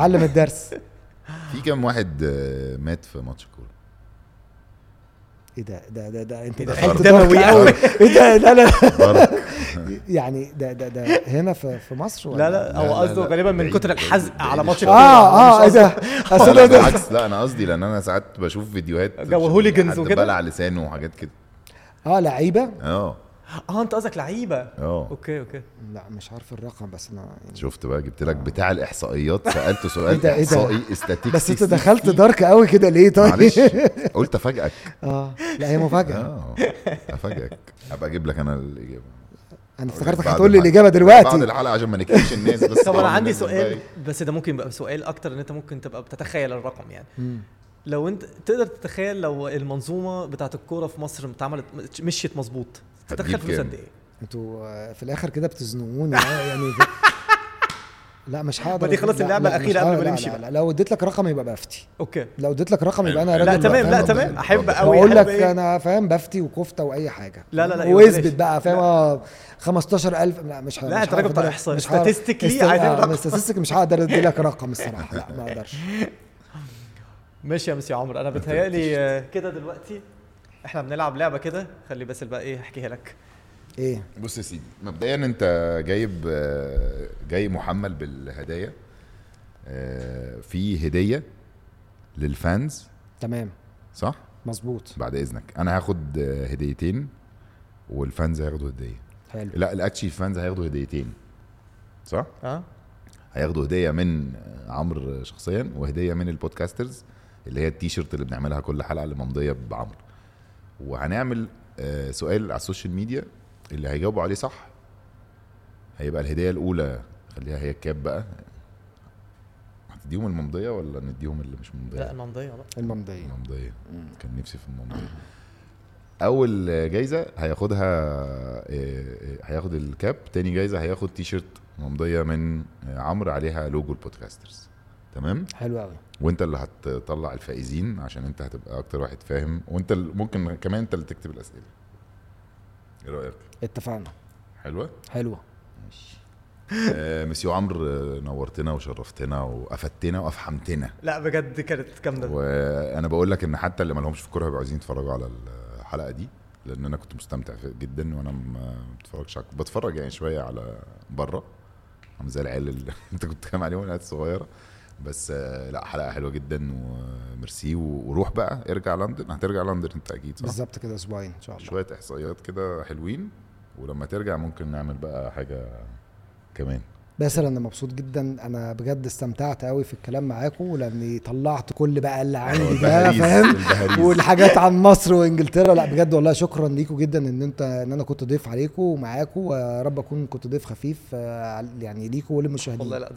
في كام واحد مات في ماتش الكوره؟ ايه ده انت دخلت دموي قوي. ايه ده؟ لا يعني ده هنا في مصر ولا؟ لا هو قصده غالبا من كتر الحزق على ماتش ايه ده؟ بالعكس لا انا قصدي لان انا ساعات بشوف فيديوهات جو هوليجنز وكده بلع لسانه وحاجات كده. لعيبه. انت قصدك لعيبه. اوكي لا مش عارف الرقم بس انا يعني شفت بقى جبت لك بتاع الاحصائيات سالته سؤال احصائي استاتيكس. بس انت دخلت دارك قوي كده ليه؟ طيب معلش قلت افاجئك. لا هي مفاجاه. افاجئك ابقى اجيب لك انا الاجابه. انا افتكرتك هتقول لي الاجابه دلوقتي بعد الحلقه عشان ما نكتبش الناس. بس طب انا عندي سؤال بس ده ممكن يبقى سؤال اكتر ان انت ممكن تبقى بتتخيل الرقم يعني. لو انت تقدر تتخيل لو المنظومه بتاعت الكوره في مصر اتعملت مشيت مظبوط تتخيل فلوس قد ايه؟ انتوا في الاخر كده بتزنقوني يعني. لا مش هقدر. دي خلاص اللعبه الاخيره قبل ما نمشي. لا لو اديت لك رقم يبقى بفتي. اوكي لو اديت لك رقم يبقى انا راجل. لا تمام احب قوي اقول لك انا فاهم بفتي وكفته واي حاجه. لا واثبت بقى فاهم 15,000. لا مش لا انت راجل بتاع احصاء ستاتستيكلي عايزين ستاتستيك مش هقدر ادي لك رقم الصراحه. لا ما اقدرش. ماشي يا مسيو عمرو. انا بتهيألي كده دلوقتي احنا بنلعب لعبه كده. خلي بس بقى ايه احكيها لك. ايه بص يا سيدي مبدئيا انت جاي محمل بالهدايا. في هديه للفانز تمام صح؟ مظبوط. بعد اذنك انا هاخد هديتين والفانز هياخدوا هديه. حلو. لا الاكشلي الفانز هياخدوا هديتين صح؟ هياخدوا هديه من عمرو شخصيا وهديه من البودكاسترز اللي هي التيشيرت اللي بنعملها كل حلقه اللي ممضيه بعمرو. وهنعمل سؤال على السوشيال ميديا اللي هيجاوبوا عليه صح هيبقى الهديه الاولى. خليها هي الكاب بقى. هتديهم الممضيه ولا نديهم اللي مش ممضيه؟ لا الممضيه. لا الممضيه كان نفسي في الممضيه. اول جايزه هياخدها هياخد الكاب. تاني جايزه هياخد تيشيرت ممضيه من عمرو عليها لوجو البودكاسترز. تمام. حلو قوي. وانت اللي هتطلع الفائزين عشان انت هتبقى اكتر واحد فاهم وانت ممكن كمان انت اللي تكتب الاسئله. ايه رايك؟ اتفقنا. حلوه. ماشي. مسيو عمرو نورتنا وشرفتنا وافدتنا وافحمتنا. لا بجد كانت جامده. وانا بقول لك ان حتى اللي ما لهمش في الكوره هيبقوا عايزين يتفرجوا على الحلقه دي لان انا كنت مستمتع جدا وانا ما بتفرج يعني شويه على بره عم زي العيال اللي انت كنت كام عليهم العيال الصغيره. بس لا حلقه حلوه جدا وميرسي. وروح بقى ارجع لندن. هترجع لندن انت اكيد صح؟ بالظبط كده اسبوعين ان شاء الله. شويه احصائيات كده حلوين ولما ترجع ممكن نعمل بقى حاجه كمان. بس انا مبسوط جدا. انا بجد استمتعت قوي في الكلام معاكم لاني طلعت كل بقى اللي عندي ده فاهم والحاجات عن مصر وانجلترا. لا بجد والله شكرا ليكم جدا ان انا كنت ضيف عليكم ومعاكم. ويا رب اكون كنت ضيف خفيف يعني ليكم وللمشاهدين.